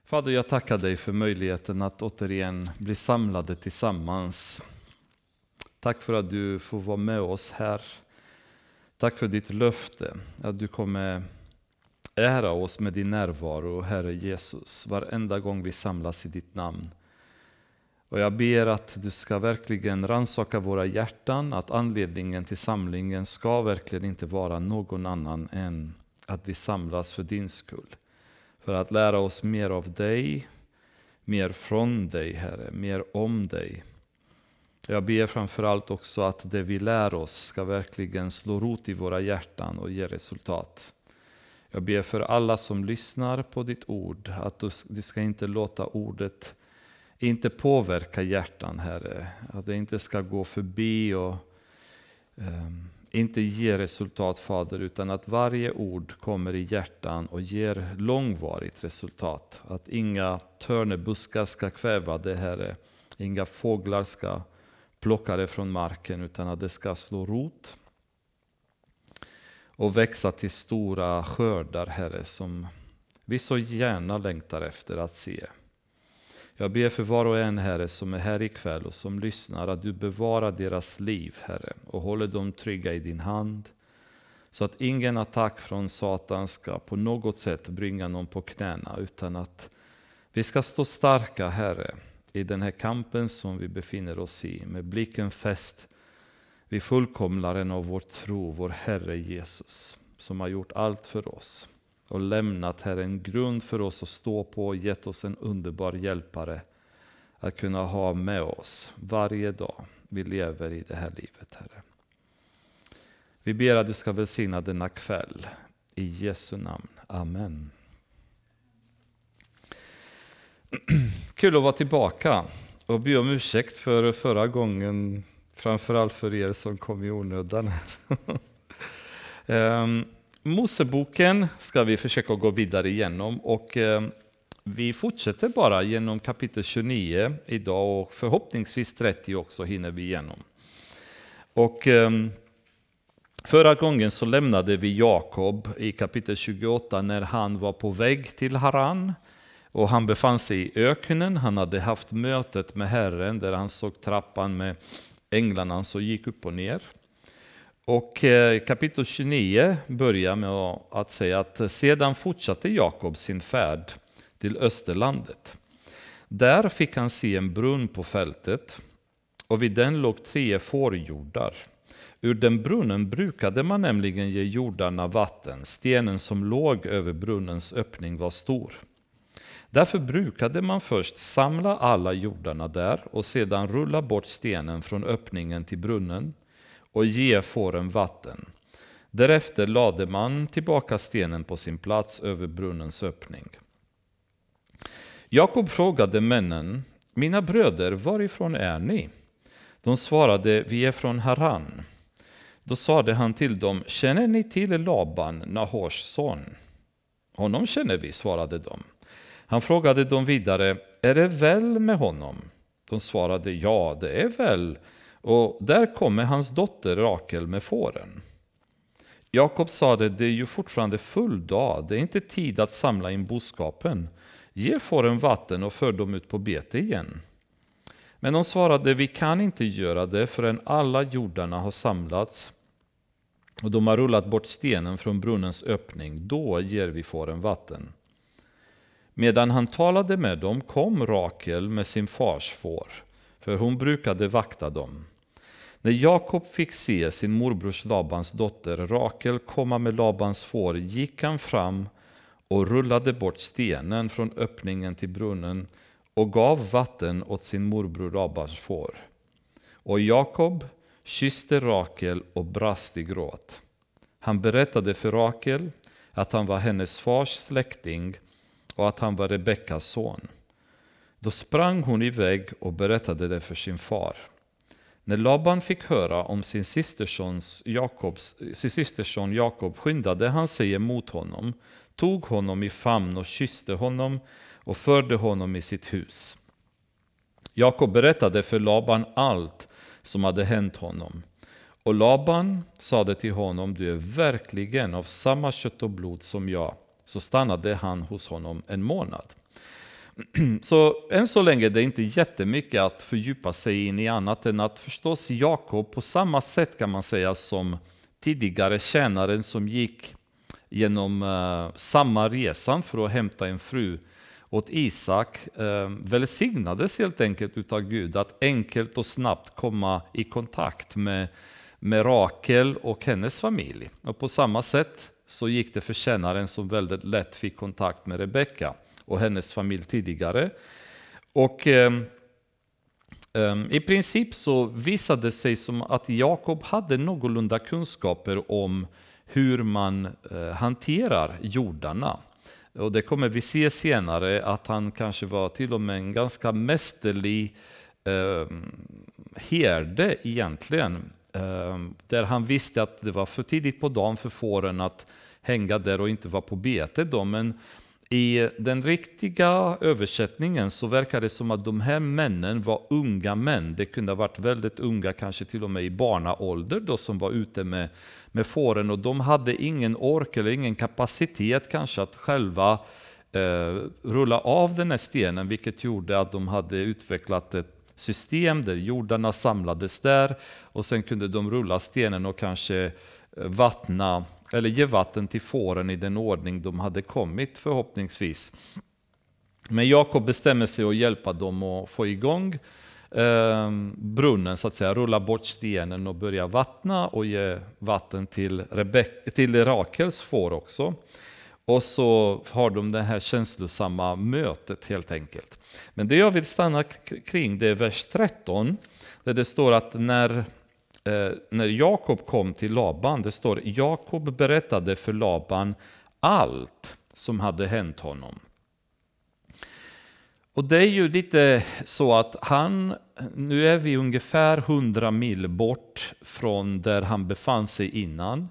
Fader, jag tackar dig för möjligheten att återigen bli samlade tillsammans. Tack för att du får vara med oss här. Tack för ditt löfte att du kommer ära oss med din närvaro, Herre Jesus, varenda gång vi samlas i ditt namn. Och jag ber att du ska verkligen rannsaka våra hjärtan, att anledningen till samlingen ska verkligen inte vara någon annan än att vi samlas för din skull. För att lära oss mer av dig, mer från dig, Herre, mer om dig. Jag ber framförallt också att det vi lär oss ska verkligen slå rot i våra hjärtan och ge resultat. Jag ber för alla som lyssnar på ditt ord, att du ska inte låta ordet inte påverka hjärtan, Herre. Att det inte ska gå förbi och inte ge resultat, Fader, utan att varje ord kommer i hjärtan och ger långvarigt resultat. Att inga törnebuskar ska kväva det, Herre. Inga fåglar ska plocka det från marken, utan att det ska slå rot och växa till stora skördar, Herre, som vi så gärna längtar efter att se. Jag ber för var och en, Herre, som är här ikväll och som lyssnar, att du bevarar deras liv, Herre, och håller dem trygga i din hand, så att ingen attack från Satan ska på något sätt bringa någon på knäna, utan att vi ska stå starka, Herre, i den här kampen som vi befinner oss i, med blicken fäst vid fullkomlaren av vår tro, vår Herre Jesus, som har gjort allt för oss och lämnat, Herre, en grund för oss att stå på och gett oss en underbar hjälpare att kunna ha med oss varje dag vi lever i det här livet, Herre. Vi ber att du ska välsigna denna kväll. I Jesu namn. Amen. Kul att vara tillbaka och be om ursäkt för förra gången, framförallt för er som kom i onödan. Moseboken ska vi försöka gå vidare igenom, och vi fortsätter bara genom kapitel 29 idag, och förhoppningsvis 30 också hinner vi igenom. Och förra gången så lämnade vi Jakob i kapitel 28 när han var på väg till Haran. Och han befann sig i öknen. Han hade haft mötet med Herren där han såg trappan med änglarna som gick upp och ner. Och kapitel 29 börjar med att säga att sedan fortsatte Jakob sin färd till Österlandet. Där fick han se en brunn på fältet, och vid den låg 3 fårjordar. Ur den brunnen brukade man nämligen ge jordarna vatten. Stenen som låg över brunnens öppning var stor. Därför brukade man först samla alla jordarna där och sedan rulla bort stenen från öppningen till brunnen och ge fåren vatten. Därefter lade man tillbaka stenen på sin plats över brunnens öppning. Jakob frågade männen: mina bröder, varifrån är ni? De svarade: vi är från Haran. Då sade han till dem: känner ni till Laban, Nahors son? Honom känner vi, svarade de. Han frågade dem vidare: är det väl med honom? De svarade: ja, det är väl. Och där kommer hans dotter Rakel med fåren. Jakob sade: det är ju fortfarande full dag, det är inte tid att samla in boskapen. Ge fåren vatten och för dem ut på bete igen. Men de svarade: vi kan inte göra det förrän alla jordarna har samlats och de har rullat bort stenen från brunnens öppning. Då ger vi fåren vatten. Medan han talade med dem kom Rakel med sin fars får, för hon brukade vakta dem. När Jakob fick se sin morbrors Labans dotter Rakel komma med Labans får, gick han fram och rullade bort stenen från öppningen till brunnen och gav vatten åt sin morbror Labans får. Och Jakob kysste Rakel och brast i gråt. Han berättade för Rakel att han var hennes fars släkting och att han var Rebekkas son. Då sprang hon iväg och berättade det för sin far. När Laban fick höra om sin systerson Jakob skyndade han sig emot honom, tog honom i famn och kysste honom och förde honom i sitt hus. Jakob berättade för Laban allt som hade hänt honom. Och Laban sade till honom: du är verkligen av samma kött och blod som jag. Så stannade han hos honom en månad. Så än så länge det är inte jättemycket att fördjupa sig in i annat än att förstås Jakob på samma sätt kan man säga som tidigare tjänaren som gick genom samma resan för att hämta en fru åt Isak välsignades helt enkelt utav Gud att enkelt och snabbt komma i kontakt med Rakel och hennes familj. Och på samma sätt så gick det för tjänaren som väldigt lätt fick kontakt med Rebecka och hennes familj tidigare. Och i princip så visade det sig som att Jakob hade någorlunda kunskaper om hur man hanterar jordarna. Och det kommer vi se senare att han kanske var till och med en ganska mästerlig herde egentligen. Där han visste att det var för tidigt på dagen för fåren att hänga där och inte vara på bete då. Men i den riktiga översättningen så verkar det som att de här männen var unga män. Det kunde ha varit väldigt unga, kanske till och med i barnaålder då, som var ute med fåren. Och de hade ingen ork eller ingen kapacitet kanske att själva rulla av den här stenen. Vilket gjorde att de hade utvecklat ett system där jordarna samlades där. Och sen kunde de rulla stenen och kanske vattna eller ge vatten till fåren i den ordning de hade kommit förhoppningsvis. Men Jakob bestämmer sig att hjälpa dem att få igång brunnen så att säga, rulla bort stenen och börja vattna och ge vatten till Rakels får också. Och så har de det här känslosamma mötet helt enkelt. Men det jag vill stanna kring det är vers 13 där det står att när Jakob kom till Laban, det står Jakob berättade för Laban allt som hade hänt honom. Och det är ju lite så att nu är vi ungefär 100 mil bort från där han befann sig innan.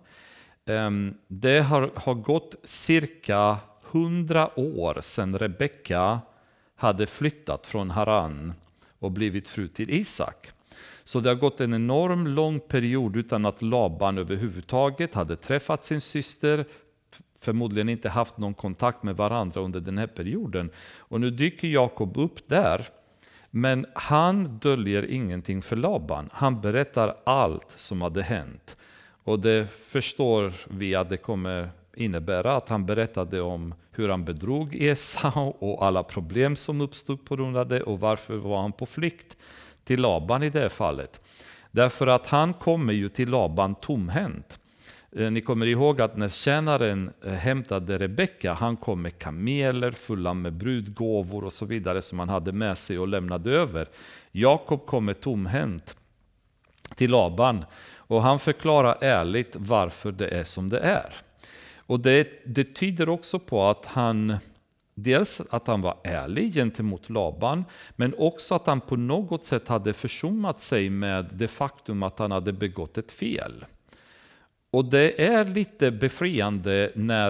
Det har gått cirka 100 år sedan Rebecka hade flyttat från Haran och blivit fru till Isak. Så det har gått en enorm lång period utan att Laban överhuvudtaget hade träffat sin syster, förmodligen inte haft någon kontakt med varandra under den här perioden. Och nu dyker Jakob upp där, men han döljer ingenting för Laban. Han berättar allt som hade hänt. Och det förstår vi att det kommer innebära att han berättade om hur han bedrog Esau och alla problem som uppstod på grund av det och varför var han på flykt till Laban i det här fallet. Därför att han kommer ju till Laban tomhänt. Ni kommer ihåg att när tjänaren hämtade Rebecka, han kom med kameler fulla med brudgåvor och så vidare som han hade med sig och lämnade över. Jakob kommer tomhänt till Laban och han förklarar ärligt varför det är som det är. Och det tyder också på att dels att han var ärlig gentemot Laban, men också att han på något sätt hade försummat sig med det faktum att han hade begått ett fel. Och det är lite befriande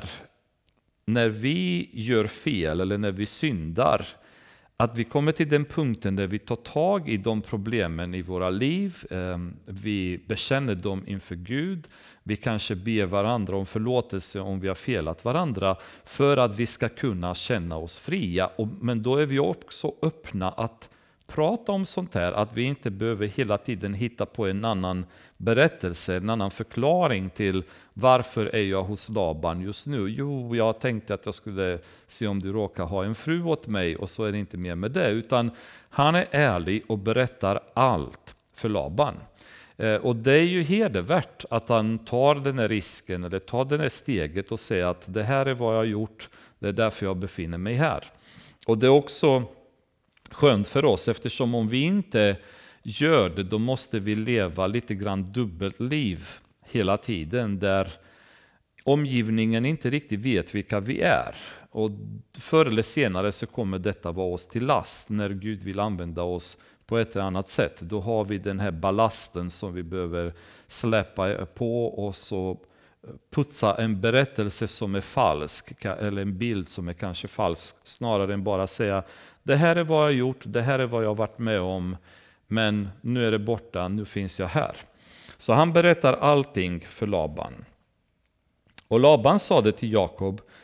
när vi gör fel eller när vi syndar, att vi kommer till den punkten där vi tar tag i de problemen i våra liv. Vi bekänner dem inför Gud. Vi kanske ber varandra om förlåtelse om vi har felat varandra för att vi ska kunna känna oss fria. Men då är vi också öppna att prata om sånt här, att vi inte behöver hela tiden hitta på en annan berättelse, en annan förklaring till varför är jag hos Laban just nu. Jo, jag tänkte att jag skulle se om du råkar ha en fru åt mig och så är det inte mer med det. Utan han är ärlig och berättar allt för Laban. Och det är ju hedervärt att han tar den här risken eller tar det här steget och säger att det här är vad jag har gjort, det är därför jag befinner mig här. Och det är också skönt för oss, eftersom om vi inte gör det, då måste vi leva lite grann dubbelt liv hela tiden, där omgivningen inte riktigt vet vilka vi är. Och förr eller senare så kommer detta vara oss till last när Gud vill använda oss på ett eller annat sätt. Då har vi den här ballasten som vi behöver släppa på oss och putsa en berättelse som är falsk eller en bild som är kanske falsk, snarare än bara säga det här är vad jag har gjort, det här är vad jag har varit med om, men nu är det borta, nu finns jag här. Så han berättar allting för Laban. Och Laban sa det till Jakob: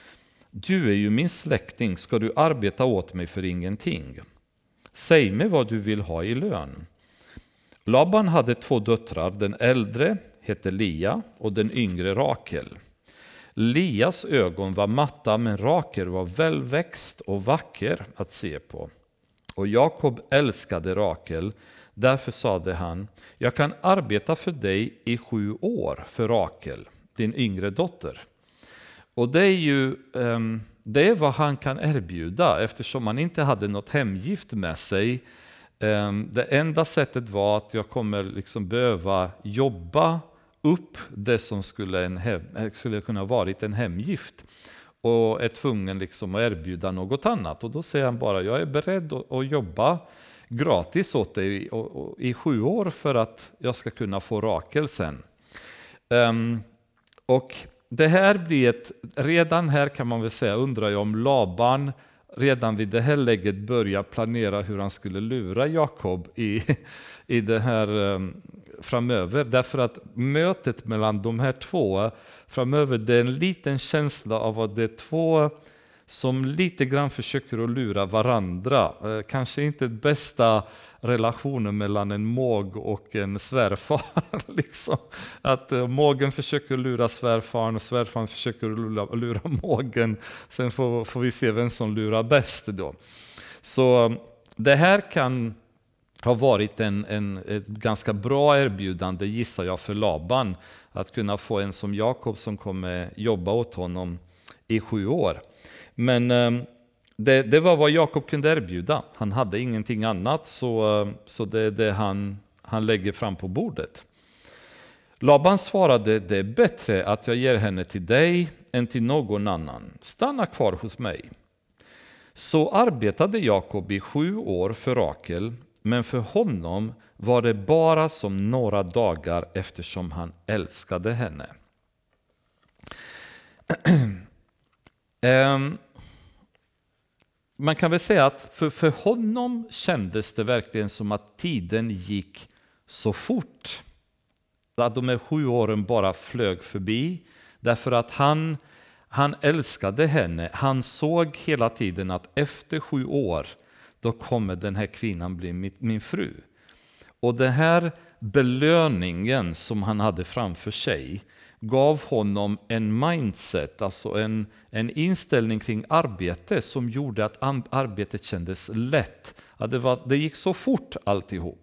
du är ju min släkting, ska du arbeta åt mig för ingenting? Säg mig vad du vill ha i lön. Laban hade 2 döttrar, den äldre hette Lia och den yngre Rakel. Lias ögon var matta, men Rakel var välväxt och vacker att se på. Och Jakob älskade Rakel, därför sade han, jag kan arbeta för dig i 7 år för Rakel, din yngre dotter. Och det är vad han kan erbjuda, eftersom han inte hade något hemgift med sig. Det enda sättet var att jag kommer liksom behöva jobba upp det som skulle kunna varit en hemgift. Och är tvungen liksom att erbjuda något annat. Och då säger han bara, jag är beredd att jobba gratis åt dig i 7 år för att jag ska kunna få Rakel sen. Och det här blir redan här kan man väl säga, undrar jag om Laban redan vid det här läget börjar planera hur han skulle lura Jakob i det här framöver. Därför att mötet mellan de här två framöver, det är en liten känsla av att det är 2 som lite grann försöker att lura varandra. Kanske inte bästa relationen mellan en måg och en svärfar. Liksom. Att mågen försöker lura svärfaren och svärfaren försöker lura mågen. Sen får vi se vem som lurar bäst då. Så det här kan ha varit ett ganska bra erbjudande, gissar jag, för Laban. Att kunna få en som Jakob som kommer jobba åt honom i 7 år. Men det var vad Jakob kunde erbjuda. Han hade ingenting annat, så det är det han lägger fram på bordet. Laban svarade, det är bättre att jag ger henne till dig än till någon annan. Stanna kvar hos mig. Så arbetade Jakob i 7 år för Rakel, men för honom var det bara som några dagar eftersom han älskade henne. Man kan väl säga att för honom kändes det verkligen som att tiden gick så fort. Att de här 7 åren bara flög förbi. Därför att han älskade henne. Han såg hela tiden att efter 7 år då kommer den här kvinnan bli min fru. Och den här belöningen som han hade framför sig gav honom en mindset, alltså en inställning kring arbete som gjorde att arbetet kändes lätt. Att det gick så fort alltihop.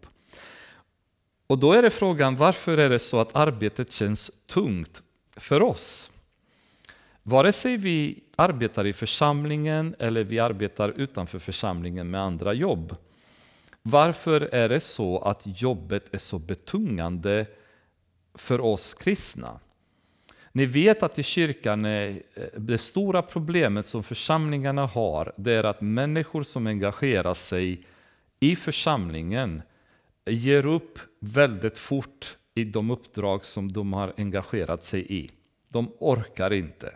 Och då är det frågan, varför är det så att arbetet känns tungt för oss? Vare sig vi arbetar i församlingen eller vi arbetar utanför församlingen med andra jobb. Varför är det så att jobbet är så betungande för oss kristna? Ni vet att i kyrkan är det stora problemet som församlingarna har, det är att människor som engagerar sig i församlingen ger upp väldigt fort i de uppdrag som de har engagerat sig i. De orkar inte.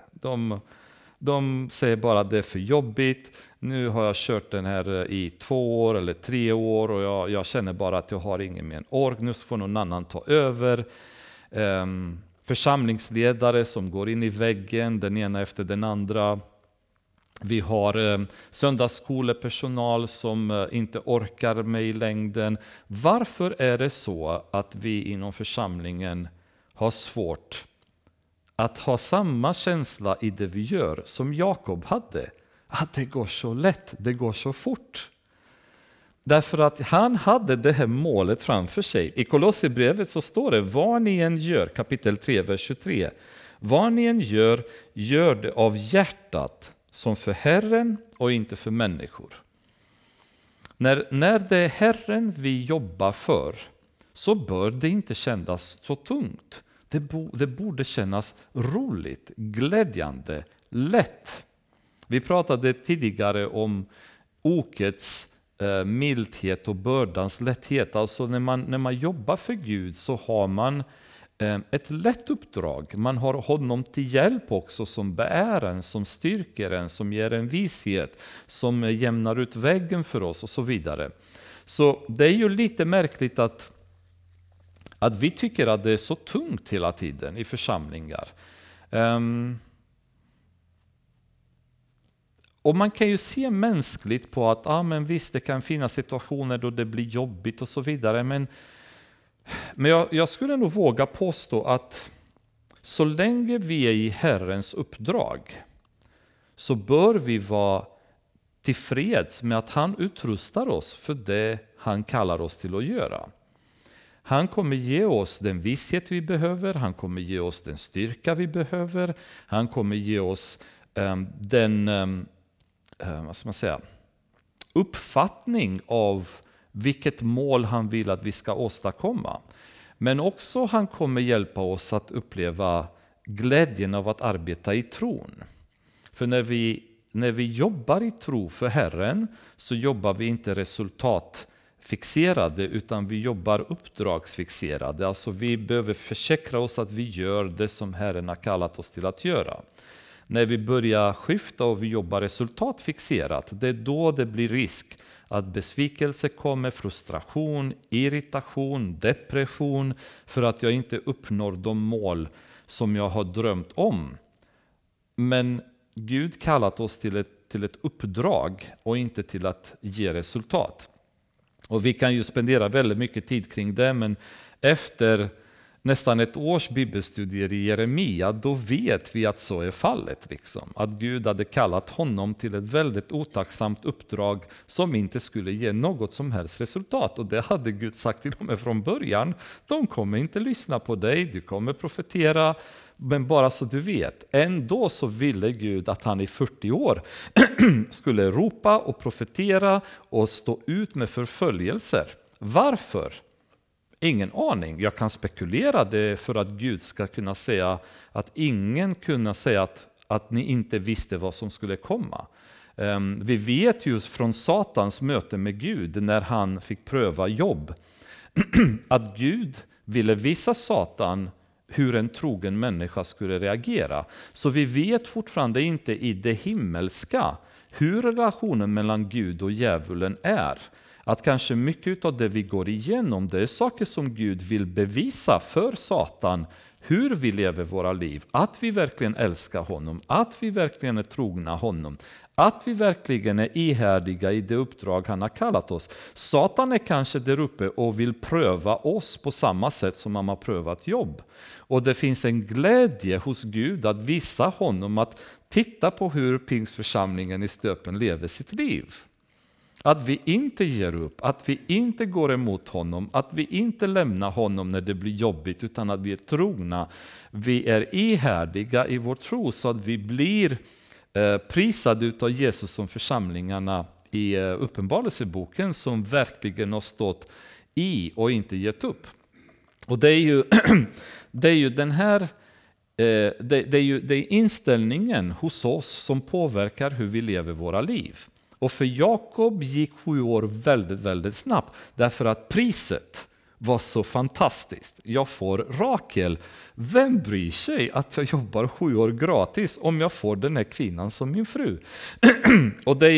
De säger bara att det är för jobbigt. Nu har jag kört den här i 2 år eller 3 år och jag känner bara att jag har ingen mer ork. Nu får någon annan ta över. Församlingsledare som går in i väggen, den ena efter den andra. Vi har söndagsskolepersonal som inte orkar med i längden. Varför är det så att vi inom församlingen har svårt att ha samma känsla i det vi gör som Jakob hade? Att det går så lätt, det går så fort. Därför att han hade det här målet framför sig. I Kolosserbrevet så står det, vad ni än gör, kapitel 3, vers 23. Vad ni än gör, gör det av hjärtat som för Herren och inte för människor. När det är Herren vi jobbar för så bör det inte kännas så tungt. Det borde kännas roligt, glädjande, lätt. Vi pratade tidigare om okets mildhet och bördans lätthet. Alltså när man jobbar för Gud så har man ett lätt uppdrag. Man har honom till hjälp också som bär en, som styrker en, som ger en vishet, som jämnar ut väggen för oss och så vidare. Så det är ju lite märkligt att vi tycker att det är så tungt hela tiden i församlingar. Och man kan ju se mänskligt på att men visst, det kan finnas situationer då det blir jobbigt och så vidare. Men jag skulle nog våga påstå att så länge vi är i Herrens uppdrag så bör vi vara tillfreds med att han utrustar oss för det han kallar oss till att göra. Han kommer ge oss den visshet vi behöver, han kommer ge oss den styrka vi behöver, han kommer ge oss uppfattning av vilket mål han vill att vi ska åstadkomma. Men också han kommer hjälpa oss att uppleva glädjen av att arbeta i tron. För när vi jobbar i tro för Herren så jobbar vi inte resultatfixerade utan vi jobbar uppdragsfixerade. Alltså vi behöver försäkra oss att vi gör det som Herren har kallat oss till att göra. När vi börjar skifta och vi jobbar resultatfixerat, det är då det blir risk att besvikelse kommer, frustration, irritation, depression för att jag inte uppnår de mål som jag har drömt om. Men Gud kallat oss till ett uppdrag och inte till att ge resultat. Och vi kan ju spendera väldigt mycket tid kring det, men efter nästan ett års bibelstudier i Jeremia, då vet vi att så är fallet. Att Gud hade kallat honom till ett väldigt otacksamt uppdrag som inte skulle ge något som helst resultat. Och det hade Gud sagt till dem från början. De kommer inte lyssna på dig, du kommer profetera, men bara så du vet. Ändå så ville Gud att han i 40 år skulle ropa och profetera och stå ut med förföljelser. Varför? Ingen aning. Jag kan spekulera det för att Gud ska kunna säga att ingen kunna säga att ni inte visste vad som skulle komma. Vi vet just från Satans möte med Gud när han fick pröva Jobb att Gud ville visa Satan hur en trogen människa skulle reagera. Så vi vet fortfarande inte i det himmelska hur relationen mellan Gud och djävulen är. Att kanske mycket av det vi går igenom, det är saker som Gud vill bevisa för Satan hur vi lever våra liv. Att vi verkligen älskar honom, att vi verkligen är trogna honom, att vi verkligen är ihärdiga i det uppdrag han har kallat oss. Satan är kanske där uppe och vill pröva oss på samma sätt som han har prövat Jobb. Och det finns en glädje hos Gud att visa honom att titta på hur Pingstförsamlingen i Stöpen lever sitt liv. Att vi inte ger upp, att vi inte går emot honom, att vi inte lämnar honom när det blir jobbigt, utan att vi är trogna. Vi är ihärdiga i vår tro så att vi blir prisade av Jesus som församlingarna i Uppenbarelseboken som verkligen har stått i och inte gett upp. Och det är ju den här det är inställningen hos oss som påverkar hur vi lever våra liv. Och för Jakob gick 7 år väldigt, väldigt snabbt därför att priset var så fantastiskt. Jag får Rakel. Vem bryr sig att jag jobbar 7 år gratis om jag får den här kvinnan som min fru? Och det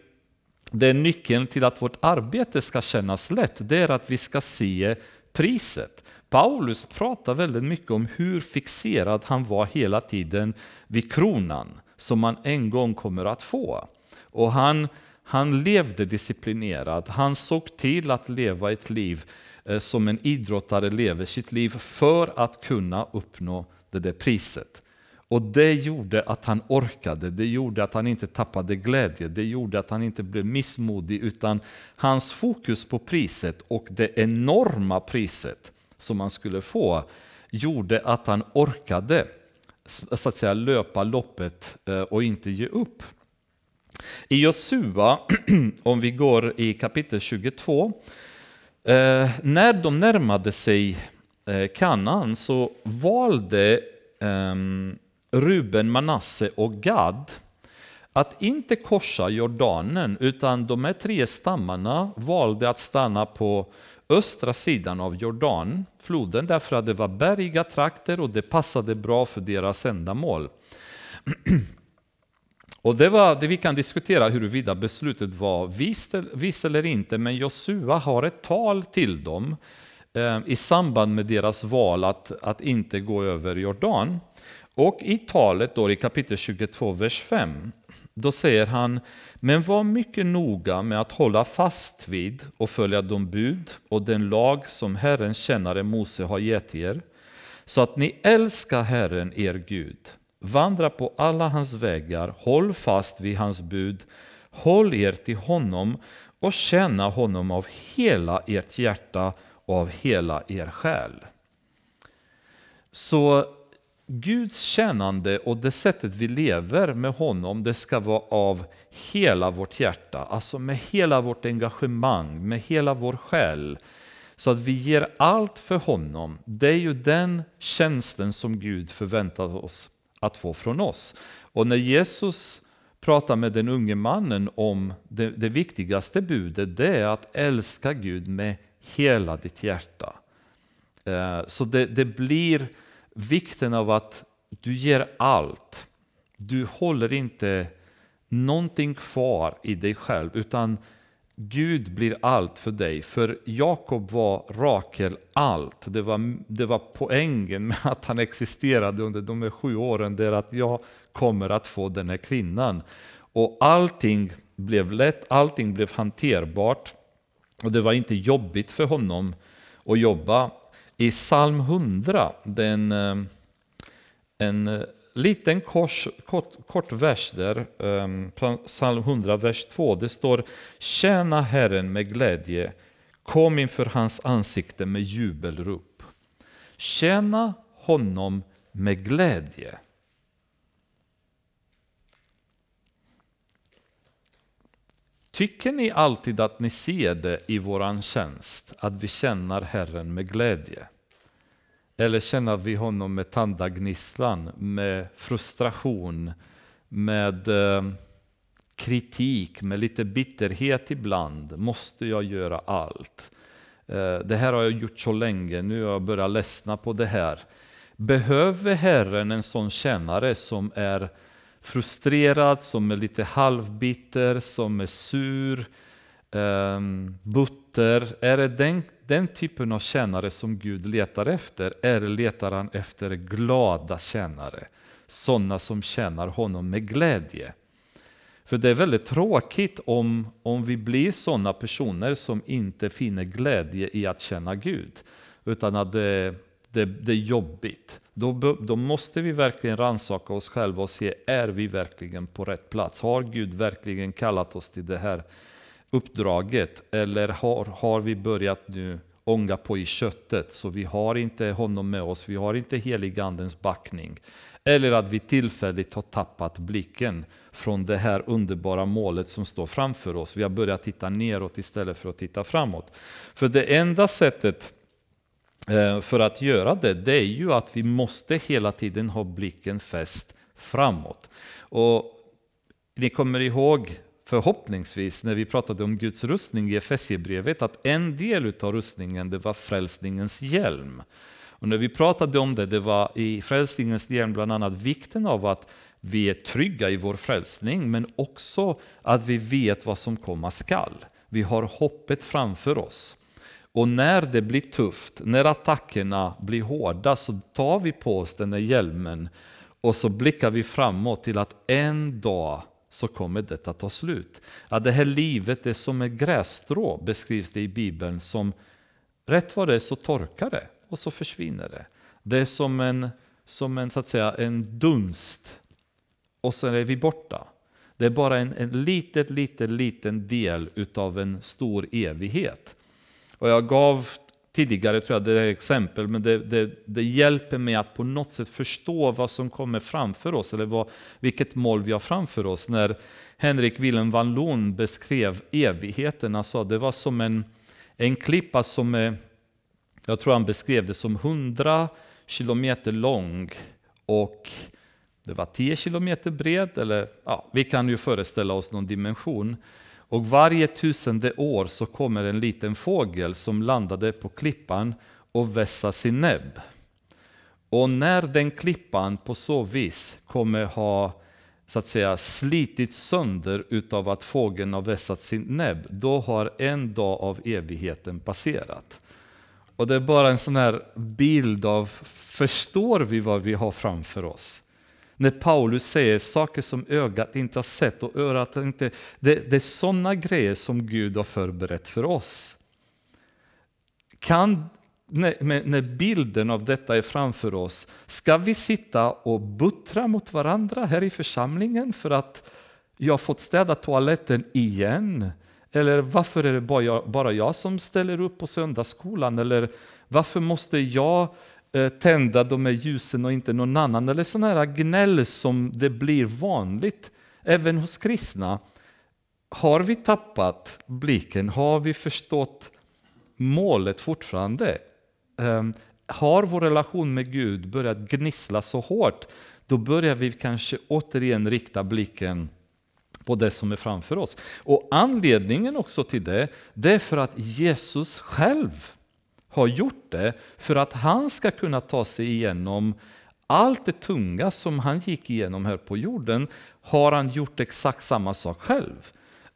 är nyckeln till att vårt arbete ska kännas lätt. Det är att vi ska se priset. Paulus pratar väldigt mycket om hur fixerad han var hela tiden vid kronan som man en gång kommer att få. Och han levde disciplinerad. Han såg till att leva ett liv som en idrottare lever sitt liv för att kunna uppnå det där priset. Och det gjorde att han orkade, det gjorde att han inte tappade glädje, det gjorde att han inte blev missmodig, utan hans fokus på priset och det enorma priset som han skulle få gjorde att han orkade så att säga löpa loppet och inte ge upp. I Josua, om vi går i kapitel 22, när de närmade sig Kanaan så valde Ruben, Manasse och Gad att inte korsa Jordanen, utan de här 3 stammarna valde att stanna på östra sidan av Jordanfloden därför att det var bergiga trakter och det passade bra för deras ändamål. Och det vi kan diskutera huruvida beslutet var vist eller inte, men Josua har ett tal till dem i samband med deras val att inte gå över Jordan. Och i talet då i kapitel 22, vers 5, Då säger han, men var mycket noga med att hålla fast vid och följa de bud och den lag som Herrens tjänare Mose har gett er, så att ni älskar Herren er Gud. Vandra på alla hans vägar, håll fast vid hans bud, håll er till honom och tjäna honom av hela ert hjärta och av hela er själ. Så Guds tjänande och det sättet vi lever med honom, det ska vara av hela vårt hjärta, alltså med hela vårt engagemang, med hela vår själ. Så att vi ger allt för honom. Det är ju den tjänsten som Gud förväntar oss att få från oss. Och när Jesus pratar med den unge mannen om det viktigaste budet, det är att älska Gud med hela ditt hjärta. Så det blir vikten av att du ger allt. Du håller inte någonting kvar i dig själv, utan Gud blir allt för dig. För Jakob var Rakel allt. Det var poängen med att han existerade under de här 7 åren. Det är att jag kommer att få den här kvinnan. Och allting blev lätt, allting blev hanterbart. Och det var inte jobbigt för honom att jobba. I psalm 100, en liten kort vers där, psalm 100, vers 2, det står: tjäna Herren med glädje, kom inför hans ansikte med jubelrop. Tjäna honom med glädje. Tycker ni alltid att ni ser det i våran tjänst, att vi tjänar Herren med glädje? Eller känner vi honom med tandagnisslan, med frustration, med kritik, med lite bitterhet ibland? Måste jag göra allt? Det här har jag gjort så länge, nu har jag börjat ledsna på det här. Behöver Herren en sån tjänare som är frustrerad, som är lite halvbitter, som är sur, butter? Är det den typen av tjänare som Gud letar efter? Eller letar han efter glada tjänare? Sådana som tjänar honom med glädje. För det är väldigt tråkigt om vi blir sådana personer som inte finner glädje i att tjäna Gud, utan att det är jobbigt. Då måste vi verkligen rannsaka oss själva och se, är vi verkligen på rätt plats? Har Gud verkligen kallat oss till det här uppdraget? Eller har vi börjat nu ånga på i köttet, så vi har inte honom med oss, vi har inte heligandens backning? Eller att vi tillfälligt har tappat blicken från det här underbara målet som står framför oss. Vi har börjat titta neråt istället för att titta framåt. För det enda sättet för att göra det är ju att vi måste hela tiden ha blicken fäst framåt. Och ni kommer ihåg förhoppningsvis när vi pratade om Guds rustning i Efesierbrevet, att en del av rustningen, det var frälsningens hjälm. Och när vi pratade om det var i frälsningens hjälm bland annat vikten av att vi är trygga i vår frälsning, men också att vi vet vad som komma skall. Vi har hoppet framför oss. Och när det blir tufft, när attackerna blir hårda, så tar vi på oss den här hjälmen och så blickar vi framåt till att en dag så kommer det att ta slut. Att det här livet är som ett grässtrå, beskrivs det i Bibeln, som rätt vad det är så torkar det och så försvinner det. Det är som en så att säga en dunst och så är vi borta. Det är bara en liten del utav en stor evighet. Och jag gav tidigare, tror jag, det är exempel, men det hjälper mig att på något sätt förstå vad som kommer framför oss, eller vilket mål vi har framför oss. När Henrik Willem van Loon beskrev evigheten, alltså det var som en klippa som är, jag tror han beskrev det som 100 kilometer lång och det var 10 kilometer bred, eller ja, vi kan ju föreställa oss någon dimension. Och varje 1000:e år så kommer en liten fågel som landade på klippan och vässar sin näbb. Och när den klippan på så vis kommer ha så att säga slitit sönder utav att fågeln har vässat sin näbb, då har en dag av evigheten passerat. Och det är bara en sån här bild av, förstår vi vad vi har framför oss? När Paulus säger saker som ögat inte har sett och örat inte, det är sådana grejer som Gud har förberett för oss. När bilden av detta är framför oss, ska vi sitta och buttra mot varandra här i församlingen för att jag har fått städa toaletten igen? Eller varför är det bara jag som ställer upp på söndagsskolan? Eller varför måste jag tända de här ljusen och inte någon annan? Eller sådana här gnäll som det blir vanligt även hos kristna. Har vi tappat blicken? Har vi förstått målet fortfarande? Har vår relation med Gud börjat gnissla så hårt, då börjar vi kanske återigen rikta blicken på det som är framför oss. Och anledningen också till det är för att Jesus själv har gjort det, för att han ska kunna ta sig igenom allt det tunga som han gick igenom här på jorden, har han gjort exakt samma sak själv.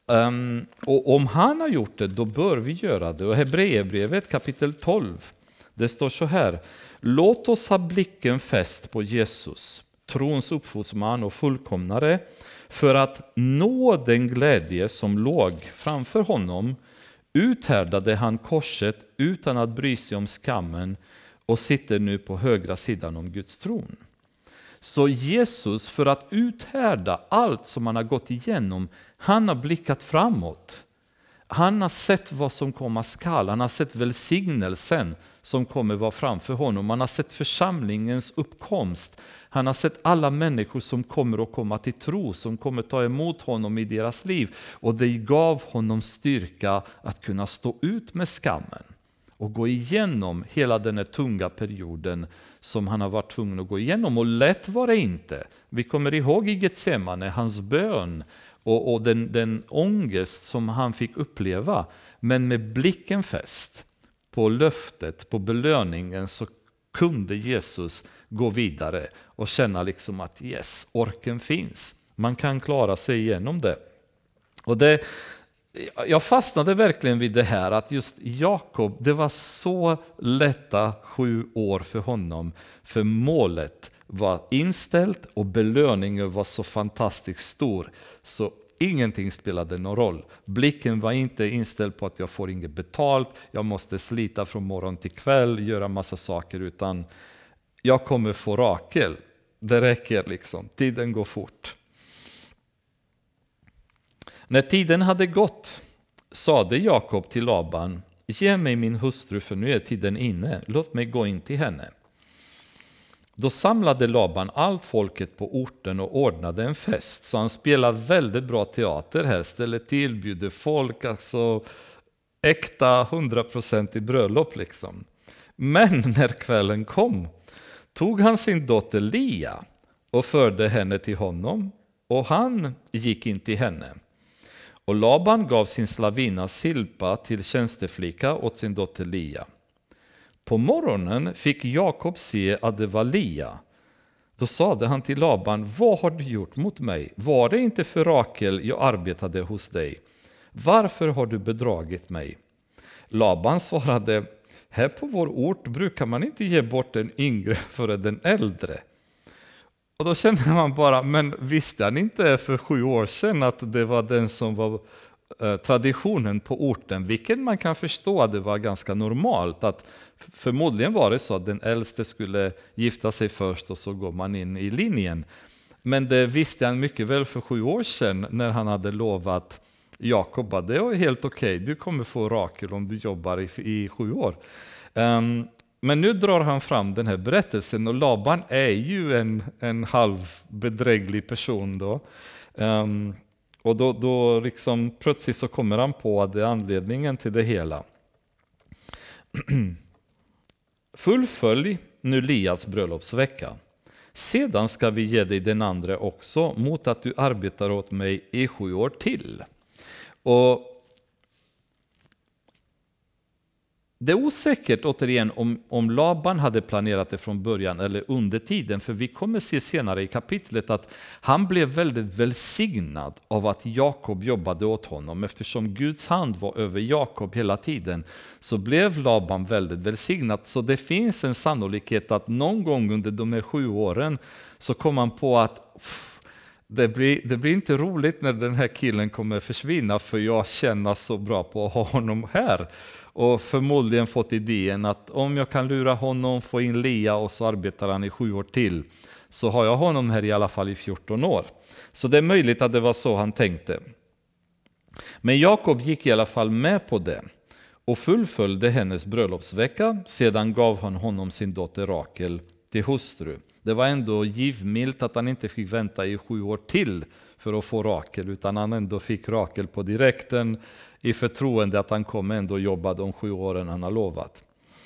Och om han har gjort det, då bör vi göra det. Och Hebreerbrevet kapitel 12, det står så här: låt oss ha blicken fäst på Jesus, trons upphovsman och fullkomnare, för att nå den glädje som låg framför honom. Uthärdade han korset utan att bry sig om skammen och sitter nu på högra sidan om Guds tron. Så Jesus, för att uthärda allt som han har gått igenom, han har blickat framåt. Han har sett vad som komma skall. Han har sett välsignelsen som kommer vara framför honom. Han har sett församlingens uppkomst. Han har sett alla människor som kommer att komma till tro, som kommer ta emot honom i deras liv. Och det gav honom styrka att kunna stå ut med skammen och gå igenom hela den här tunga perioden som han har varit tvungen att gå igenom. Och lätt var det inte. Vi kommer ihåg i Getsemane, hans bön och den ångest som han fick uppleva. Men med blicken fäst på löftet, på belöningen, så kunde Jesus gå vidare och känna liksom att yes, orken finns. Man kan klara sig igenom det. Och jag fastnade verkligen vid det här att just Jakob, det var så lätta 7 år för honom, för målet var inställt och belöningen var så fantastiskt stor, så ingenting spelade någon roll. Blicken var inte inställd på att jag får inget betalt, jag måste slita från morgon till kväll, göra massa saker, utan jag kommer få Rakel. Det räcker liksom, tiden går fort. När tiden hade gått sade Jakob till Laban: ge mig min hustru, för nu är tiden inne, låt mig gå in till henne. Då samlade Laban allt folket på orten och ordnade en fest. Så han spelar väldigt bra teater här, ställer till, bjuder folk, alltså äkta 100% i bröllop liksom. Men när kvällen kom tog han sin dotter Lia och förde henne till honom, och han gick in till henne. Och Laban gav sin slavinna Silpa till tjänsteflicka åt sin dotter Lia. På morgonen fick Jakob se att det var Lia. Då sade han till Laban: vad har du gjort mot mig? Var det inte för Rakel jag arbetade hos dig? Varför har du bedragit mig? Laban svarade: här på vår ort brukar man inte ge bort den yngre före den äldre. Och då kände man bara, men visste han inte för 7 år sedan att det var den som var traditionen på orten, vilket man kan förstå att det var ganska normalt, att förmodligen var det så att den äldste skulle gifta sig först och så går man in i linjen. Men det visste han mycket väl för 7 år sedan när han hade lovat Jakob att det är helt okej, du kommer få Rakel om du jobbar i 7 år. Men nu drar han fram den här berättelsen, och Laban är ju en halvbedräglig person då. Och då liksom plötsligt så kommer han på att det är anledningen till det hela. Fullfölj nu Lias bröllopsvecka. Sedan ska vi ge dig den andra också, mot att du arbetar åt mig i 7 år till. Och Det är osäkert återigen om Laban hade planerat det från början eller under tiden, för vi kommer se senare i kapitlet att han blev väldigt välsignad av att Jakob jobbade åt honom. Eftersom Guds hand var över Jakob hela tiden så blev Laban väldigt välsignad. Så det finns en sannolikhet att någon gång under de här 7 åren så kom han på att det blir inte roligt när den här killen kommer försvinna, för jag känner så bra på att ha honom här. Och förmodligen fått idén att om jag kan lura honom, få in Lea och så arbetar han i 7 år till, så har jag honom här i alla fall i 14 år. Så det är möjligt att det var så han tänkte. Men Jakob gick i alla fall med på det och fullföljde hennes bröllopsvecka. Sedan gav han honom sin dotter Rakel till hustru. Det var ändå givmilt att han inte fick vänta i 7 år till för att få Rakel, utan han ändå fick Rakel på direkten i förtroende att han kommer ändå jobba de 7 åren han har lovat.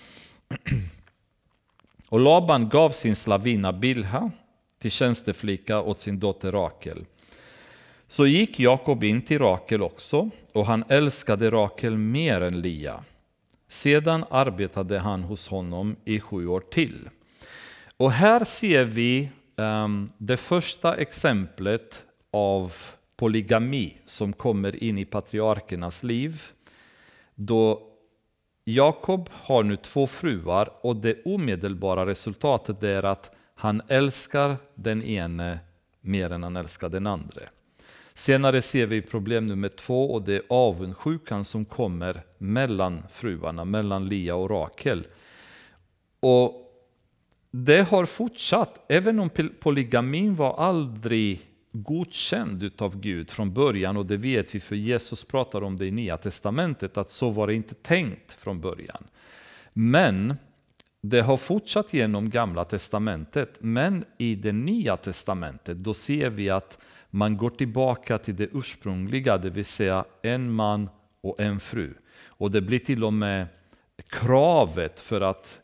Och Laban gav sin slavina Bilha till tjänsteflicka åt sin dotter Rakel. Så gick Jakob in till Rakel också, och han älskade Rakel mer än Lea. Sedan arbetade han hos honom i 7 år till. Och här ser vi det första exemplet av polygami som kommer in i patriarkernas liv. Då Jakob har nu 2 fruar, och det omedelbara resultatet är att han älskar den ene mer än han älskar den andra. Senare ser vi problem nummer 2, och det är avundsjukan som kommer mellan fruarna, mellan Lea och Rakel. Och det har fortsatt, även om polygamin var aldrig godkänd utav Gud från början, och det vet vi för Jesus pratar om det i Nya testamentet, att så var det inte tänkt från början. Men det har fortsatt genom Gamla testamentet, men i det Nya testamentet då ser vi att man går tillbaka till det ursprungliga, det vill säga en man och en fru. Och det blir till och med kravet för att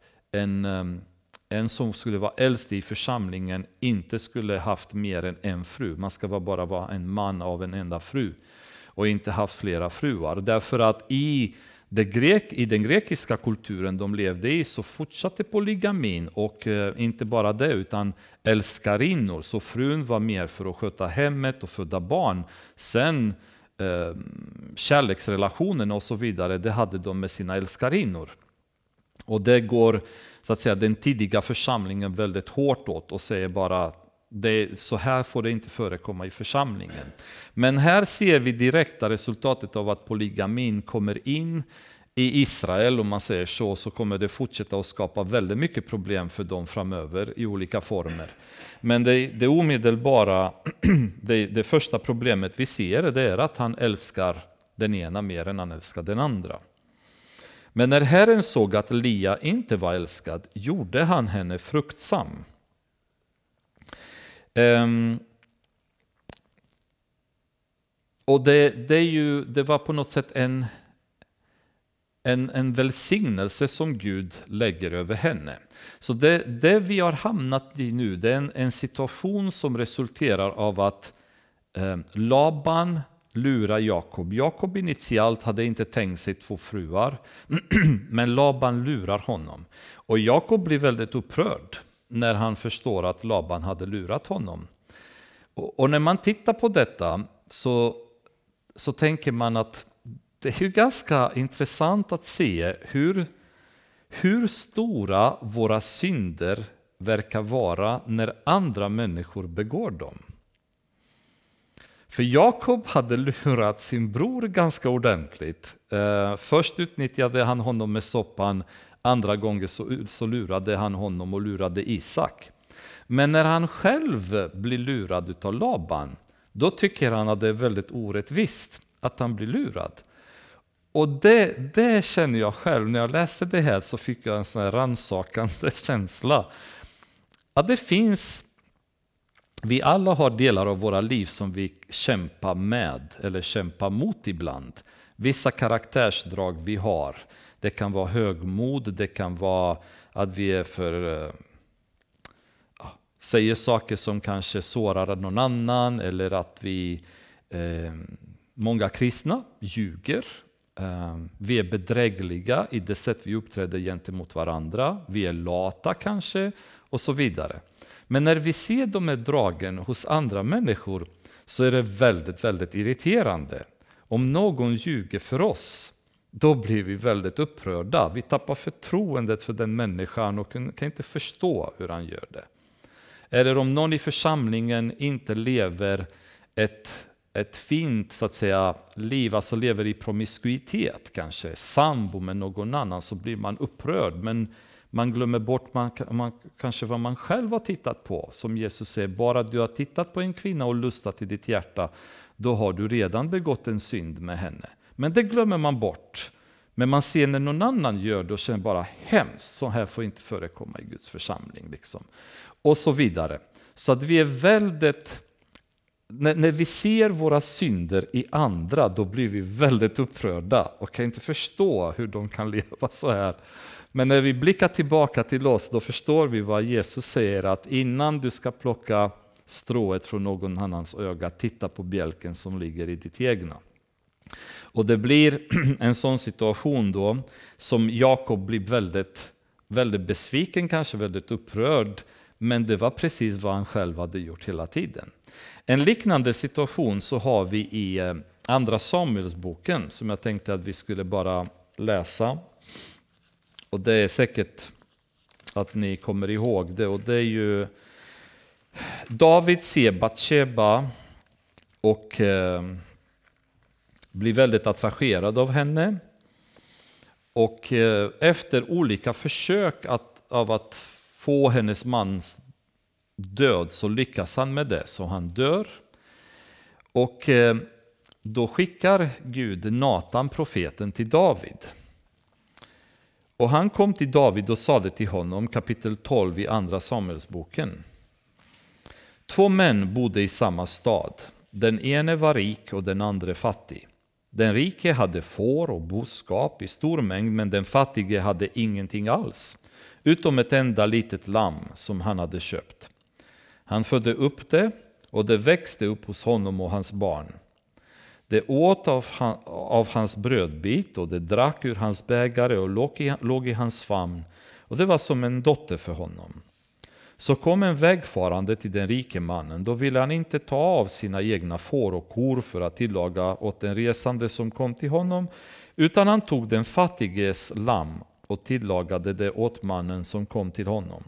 en som skulle vara äldst i församlingen inte skulle haft mer än en fru. Man ska bara vara en man av en enda fru och inte haft flera fruar. Därför att i den grekiska kulturen de levde i så fortsatte polygamin, och inte bara det utan älskarinnor. Så frun var mer för att sköta hemmet och föda barn. Sen kärleksrelationen och så vidare, det hade de med sina älskarinnor. Och det går så att säga den tidiga församlingen väldigt hårt åt och säger bara så här får det inte förekomma i församlingen. Men här ser vi direkta resultatet av att polygamin kommer in i Israel, om man säger så kommer det fortsätta att skapa väldigt mycket problem för dem framöver i olika former. Men det omedelbara, det första problemet vi ser, det är att han älskar den ena mer än han älskar den andra. Men när Herren såg att Lea inte var älskad gjorde han henne fruktsam. Och det var på något sätt en välsignelse som Gud lägger över henne. Så det vi har hamnat i nu, det är en situation som resulterar av att Laban lurar Jakob. Jakob initialt hade inte tänkt sig 2 fruar, men Laban lurar honom. Och Jakob blir väldigt upprörd när han förstår att Laban hade lurat honom. Och när man tittar på detta så tänker man att det är ju ganska intressant att se hur stora våra synder verkar vara när andra människor begår dem. För Jakob hade lurat sin bror ganska ordentligt. Först utnyttjade han honom med soppan, andra gånger så lurade han honom och lurade Isak. Men när han själv blir lurad utav Laban, då tycker han att det är väldigt orättvist att han blir lurad. Och det känner jag själv, när jag läste det här så fick jag en sån här rannsakande känsla. Att det finns, vi alla har delar av våra liv som vi kämpar med eller kämpar mot ibland. Vissa karaktärsdrag vi har. Det kan vara högmod, det kan vara att vi är säger saker som kanske sårar någon annan, eller att vi, många kristna ljuger. Vi är bedrägliga i det sätt vi uppträder gentemot varandra. Vi är lata kanske och så vidare. Men när vi ser de här dragen hos andra människor så är det väldigt, väldigt irriterande. Om någon ljuger för oss, då blir vi väldigt upprörda. Vi tappar förtroendet för den människan och kan inte förstå hur han gör det. Eller om någon i församlingen inte lever ett fint så att säga, liv, alltså lever i promiskuitet kanske, sambo med någon annan, så blir man upprörd. Men man glömmer bort kanske vad man själv har tittat på. Som Jesus säger, bara du har tittat på en kvinna och lustat i ditt hjärta, då har du redan begått en synd med henne. Men det glömmer man bort. Men man ser när någon annan gör det och känner bara hemskt, så här får inte förekomma i Guds församling. Liksom. Och så vidare. Så att vi är väldigt... När vi ser våra synder i andra, då blir vi väldigt upprörda och kan inte förstå hur de kan leva så här. Men när vi blickar tillbaka till oss, då förstår vi vad Jesus säger, att innan du ska plocka strået från någon annans öga, titta på bjälken som ligger i ditt egna. Och det blir en sån situation då som Jakob blir väldigt, väldigt besviken, kanske väldigt upprörd, men det var precis vad han själv hade gjort hela tiden. En liknande situation så har vi i Andra Samuelsboken, som jag tänkte att vi skulle bara läsa. Och det är säkert att ni kommer ihåg det. Och det är ju David ser Batsheba och blir väldigt attraherad av henne. Och efter olika försök av att få hennes mans död så lyckas han med det, så han dör. Och då skickar Gud Natan, profeten, till David. Och han kom till David och sade till honom, kapitel 12 i Andra Samuelsboken. 2 män bodde i samma stad. Den ene var rik och den andra fattig. Den rike hade får och boskap i stor mängd, men den fattige hade ingenting alls, utom ett enda litet lamm som han hade köpt. Han födde upp det, och det växte upp hos honom och hans barn. Det åt av hans brödbit, och det drack ur hans bägare och låg i hans famn, och det var som en dotter för honom. Så kom en vägfarande till den rike mannen. Då ville han inte ta av sina egna får och kor för att tillaga åt den resande som kom till honom, utan han tog den fattiges lamm och tillagade det åt mannen som kom till honom.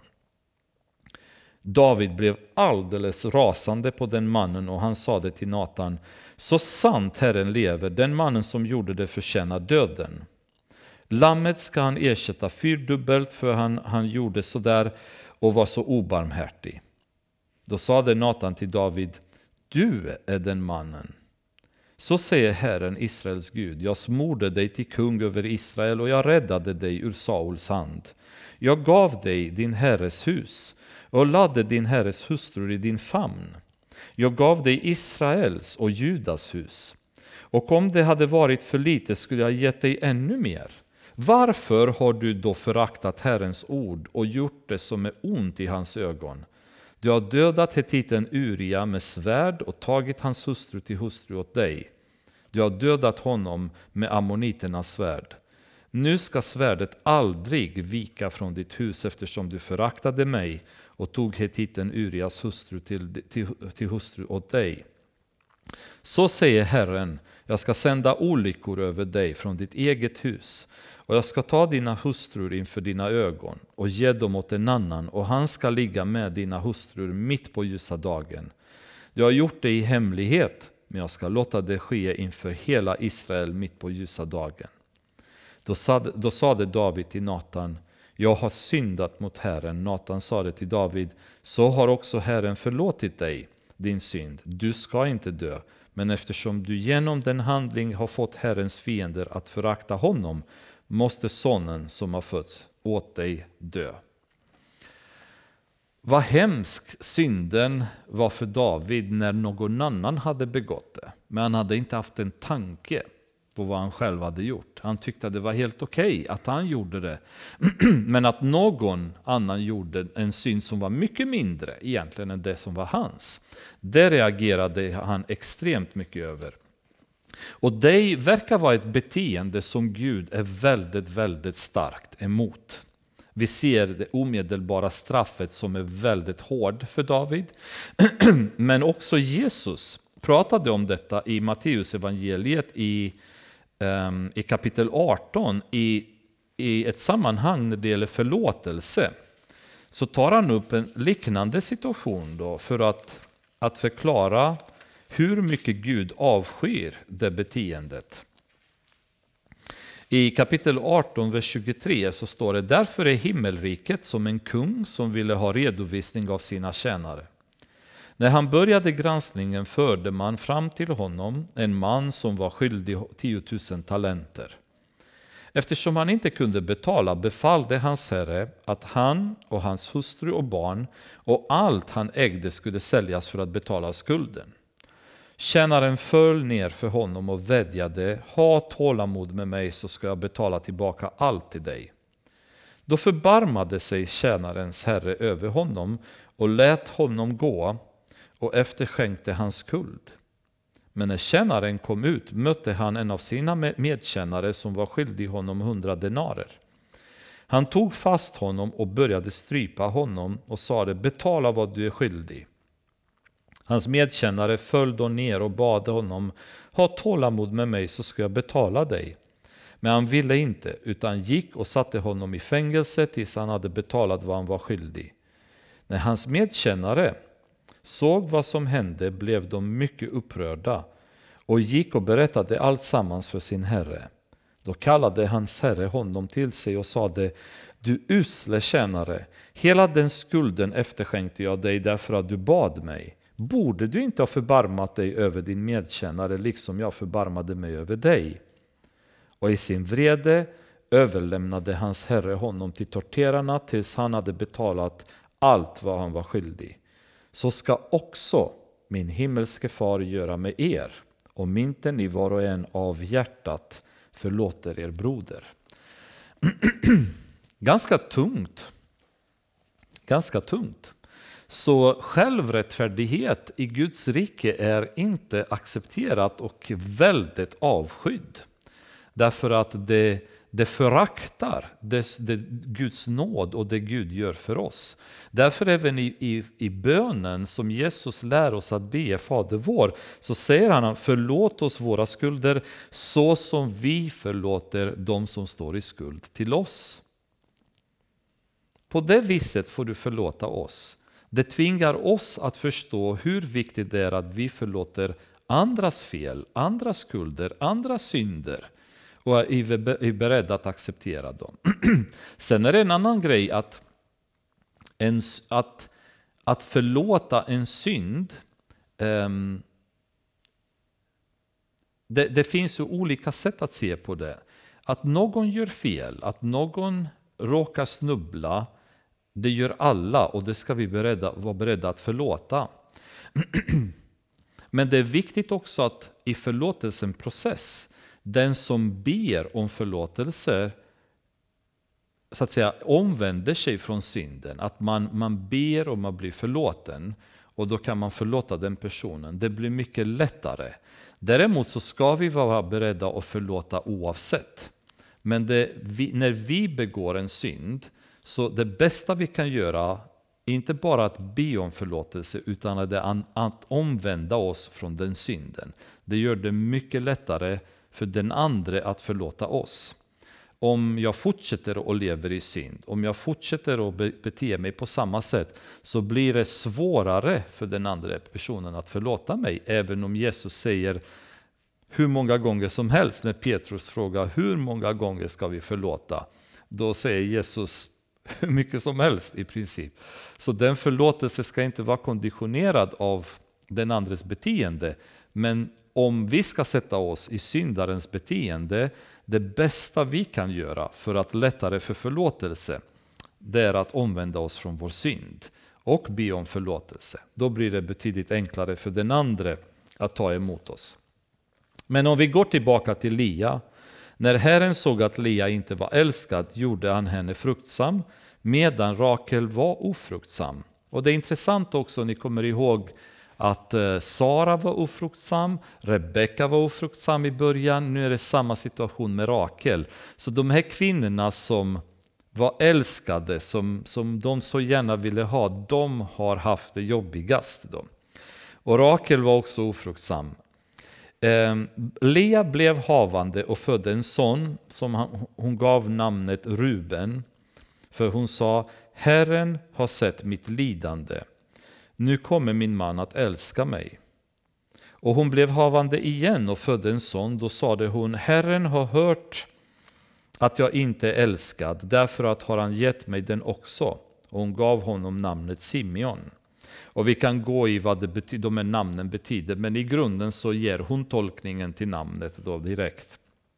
David blev alldeles rasande på den mannen, och han sade till Natan: så sant Herren lever, den mannen som gjorde det förtjänar döden. Lammet ska han ersätta 4-dubbelt, för han gjorde så där och var så obarmhärtig. Då sade Natan till David: du är den mannen. Så säger Herren, Israels Gud: jag smorde dig till kung över Israel, och jag räddade dig ur Sauls hand. Jag gav dig din herres hus och lade din herres hustrur i din famn. Jag gav dig Israels och Judas hus. Och om det hade varit för lite skulle jag gett dig ännu mer. Varför har du då föraktat Herrens ord och gjort det som är ont i hans ögon? Du har dödat hetiten Uria med svärd och tagit hans hustru till hustru åt dig. Du har dödat honom med ammoniternas svärd. Nu ska svärdet aldrig vika från ditt hus, eftersom du föraktade mig och tog hetiten Urias hustru till hustru åt dig. Så säger Herren: jag ska sända olyckor över dig från ditt eget hus, och jag ska ta dina hustrur inför dina ögon och ge dem åt en annan, och han ska ligga med dina hustrur mitt på ljusa dagen. Du har gjort det i hemlighet, men jag ska låta det ske inför hela Israel mitt på ljusa dagen. Då sade David till Natan: jag har syndat mot Herren. Natan sade till David: så har också Herren förlåtit dig din synd. Du ska inte dö, men eftersom du genom den handling har fått Herrens fiender att förakta honom, måste sonen som har fötts åt dig dö. Vad hemsk synden var för David när någon annan hade begått det. Men han hade inte haft en tanke på vad han själv hade gjort. Han tyckte att det var helt okej att han gjorde det. Men att någon annan gjorde en synd som var mycket mindre egentligen än det som var hans, det reagerade han extremt mycket över. Och det verkar vara ett beteende som Gud är väldigt, väldigt starkt emot. Vi ser det omedelbara straffet som är väldigt hård för David. Men också Jesus pratade om detta i Matteus evangeliet i kapitel 18 i ett sammanhang när det gäller förlåtelse. Så tar han upp en liknande situation då för att förklara hur mycket Gud avskyr det beteendet. I kapitel 18, vers 23 så står det: därför är himmelriket som en kung som ville ha redovisning av sina tjänare. När han började granskningen förde man fram till honom en man som var skyldig 10 000 talenter. Eftersom han inte kunde betala befallde hans herre att han och hans hustru och barn och allt han ägde skulle säljas för att betala skulden. Tjänaren föll ner för honom och vädjade: ha tålamod med mig så ska jag betala tillbaka allt till dig. Då förbarmade sig tjänarens herre över honom och lät honom gå och efterskänkte hans skuld. Men när tjänaren kom ut mötte han en av sina medtjänare som var skyldig honom 100 denarer. Han tog fast honom och började strypa honom och sade: betala vad du är skyldig. Hans medtjänare föll då ner och bad honom: ha tålamod med mig så ska jag betala dig. Men han ville inte, utan gick och satte honom i fängelse tills han hade betalat vad han var skyldig. När hans medtjänare såg vad som hände blev de mycket upprörda och gick och berättade allt sammans för sin herre. Då kallade hans herre honom till sig och sade: du usle tjänare, hela den skulden efterskänkte jag dig därför att du bad mig. Borde du inte ha förbarmat dig över din medtjänare liksom jag förbarmade mig över dig? Och i sin vrede överlämnade hans herre honom till torterarna tills han hade betalat allt vad han var skyldig. Så ska också min himmelske far göra med er, om inte ni var och en av hjärtat förlåter er broder. Ganska tungt. Ganska tungt. Så självrättfärdighet i Guds rike är inte accepterat och väldigt avskydd. Därför att det föraktar Guds nåd och det Gud gör för oss. Därför även i bönen som Jesus lär oss att be, Fader vår, så säger han: förlåt oss våra skulder så som vi förlåter de som står i skuld till oss. På det viset får du förlåta oss. Det tvingar oss att förstå hur viktigt det är att vi förlåter andras fel, andras skulder, andras synder och är beredda att acceptera dem. Sen är det en annan grej att förlåta en synd. Det finns ju olika sätt att se på det. Att någon gör fel, att någon råkar snubbla, det gör alla och det ska vi vara beredda att förlåta. Men det är viktigt också att i förlåtelsen process, den som ber om förlåtelse så att säga omvänder sig från synden. Att man ber och man blir förlåten och då kan man förlåta den personen. Det blir mycket lättare. Däremot så ska vi vara beredda att förlåta oavsett. Men när vi begår en synd, så det bästa vi kan göra inte bara att be om förlåtelse utan att omvända oss från den synden. Det gör det mycket lättare för den andra att förlåta oss. Om jag fortsätter och lever i synd, om jag fortsätter att bete mig på samma sätt, så blir det svårare för den andra personen att förlåta mig. Även om Jesus säger hur många gånger som helst, när Petrus frågar hur många gånger ska vi förlåta, då säger Jesus hur mycket som helst i princip. Så den förlåtelse ska inte vara konditionerad av den andres beteende. Men om vi ska sätta oss i syndarens beteende, det bästa vi kan göra för att lättare för förlåtelse, det är att omvända oss från vår synd och be om förlåtelse. Då blir det betydligt enklare för den andra att ta emot oss. Men om vi går tillbaka till Lia. När Herren såg att Lia inte var älskad gjorde han henne fruktsam, medan Rakel var ofruktsam. Och det är intressant också, ni kommer ihåg att Sara var ofruktsam, Rebecka var ofruktsam i början, nu är det samma situation med Rakel. Så de här kvinnorna som var älskade, som de så gärna ville ha, de har haft det jobbigast då. Och Rakel var också ofruktsam. Lea blev havande och födde en son som hon gav namnet Ruben. För hon sa, Herren har sett mitt lidande. Nu kommer min man att älska mig. Och hon blev havande igen och födde en son. Då sade hon, Herren har hört att jag inte är älskad. Därför att har han gett mig den också. Och hon gav honom namnet Simeon. Och vi kan gå i vad de här namnen betyder. Men i grunden så ger hon tolkningen till namnet då direkt.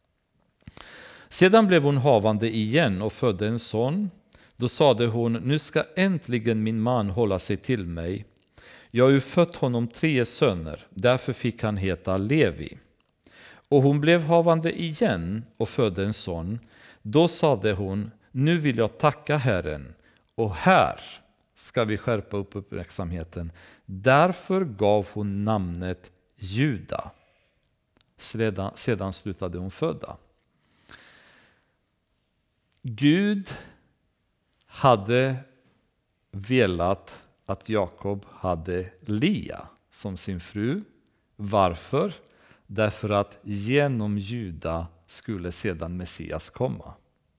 Sedan blev hon havande igen och födde en son. Då sade hon, nu ska äntligen min man hålla sig till mig. Jag har ju fött honom 3 söner, därför fick han heta Levi. Och hon blev havande igen och födde en son. Då sade hon, nu vill jag tacka Herren. Och här ska vi skärpa upp uppmärksamheten. Därför gav hon namnet Juda. Sedan slutade hon föda. Gud hade velat att Jakob hade Lea som sin fru. Varför? Därför att genom Juda skulle sedan Messias komma.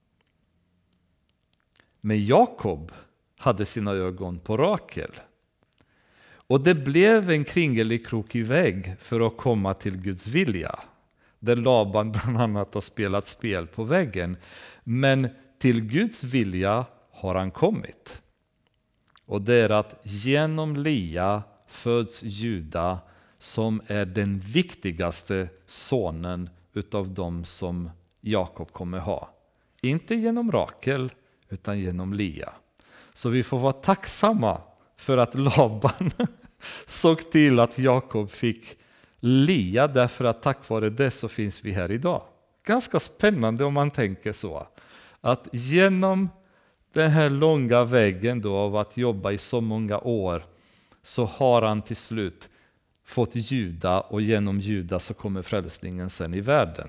Men Jakob hade sina ögon på Rakel. Och det blev en kringelikrokig väg för att komma till Guds vilja. Där Laban bland annat har spelat spel på väggen. Men till Guds vilja har han kommit. Och det är att genom Lea föds Juda som är den viktigaste sonen utav dem som Jakob kommer ha. Inte genom Rakel utan genom Lea. Så vi får vara tacksamma för att Laban såg till att Jakob fick Lea, därför att tack vare det så finns vi här idag. Ganska spännande om man tänker så. Att genom den här långa vägen då av att jobba i så många år så har han till slut fått Juda, och genom Juda så kommer frälsningen sen i världen.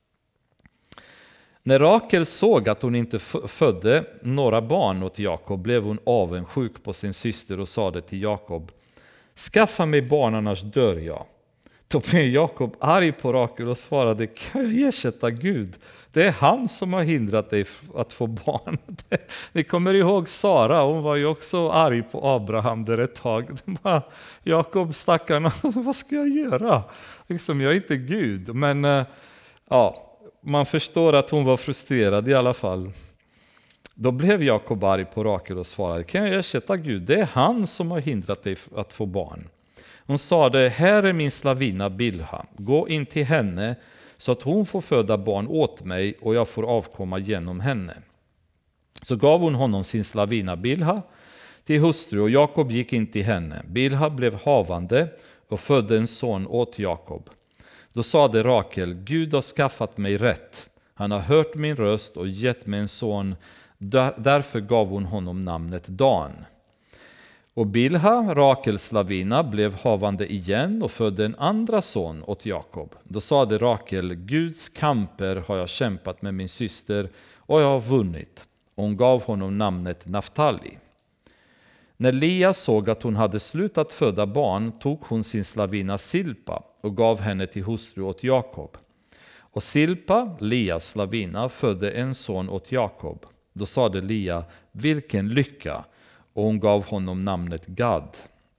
När Rakel såg att hon inte födde några barn åt Jakob blev hon avundsjuk på sin syster och sade till Jakob, skaffa mig barn annars dör jag. Då blev Jakob arg på Rakel och svarade, kan jag ersätta Gud? Det är han som har hindrat dig att få barn. Ni kommer ihåg Sara, hon var ju också arg på Abraham där ett tag. Jakob stackarna, vad ska jag göra? Liksom, jag är inte Gud. Men ja, man förstår att hon var frustrerad i alla fall. Då blev Jakob arg på Rakel och svarade, kan jag ersätta Gud? Det är han som har hindrat dig att få barn. Hon sade, här är min slavina Bilha, gå in till henne så att hon får föda barn åt mig och jag får avkomma genom henne. Så gav hon honom sin slavina Bilha till hustru och Jakob gick in till henne. Bilha blev havande och födde en son åt Jakob. Då sade Rakel, Gud har skaffat mig rätt. Han har hört min röst och gett mig en son. Därför gav hon honom namnet Dan. Och Bilha, Rakels slavina, blev havande igen och födde en andra son åt Jakob. Då sade Rakel, Guds kamper har jag kämpat med min syster och jag har vunnit. Och hon gav honom namnet Naftali. När Lea såg att hon hade slutat föda barn tog hon sin slavina Silpa och gav henne till hustru åt Jakob. Och Silpa, Leas slavina, födde en son åt Jakob. Då sade Lea, vilken lycka! Och hon gav honom namnet Gad.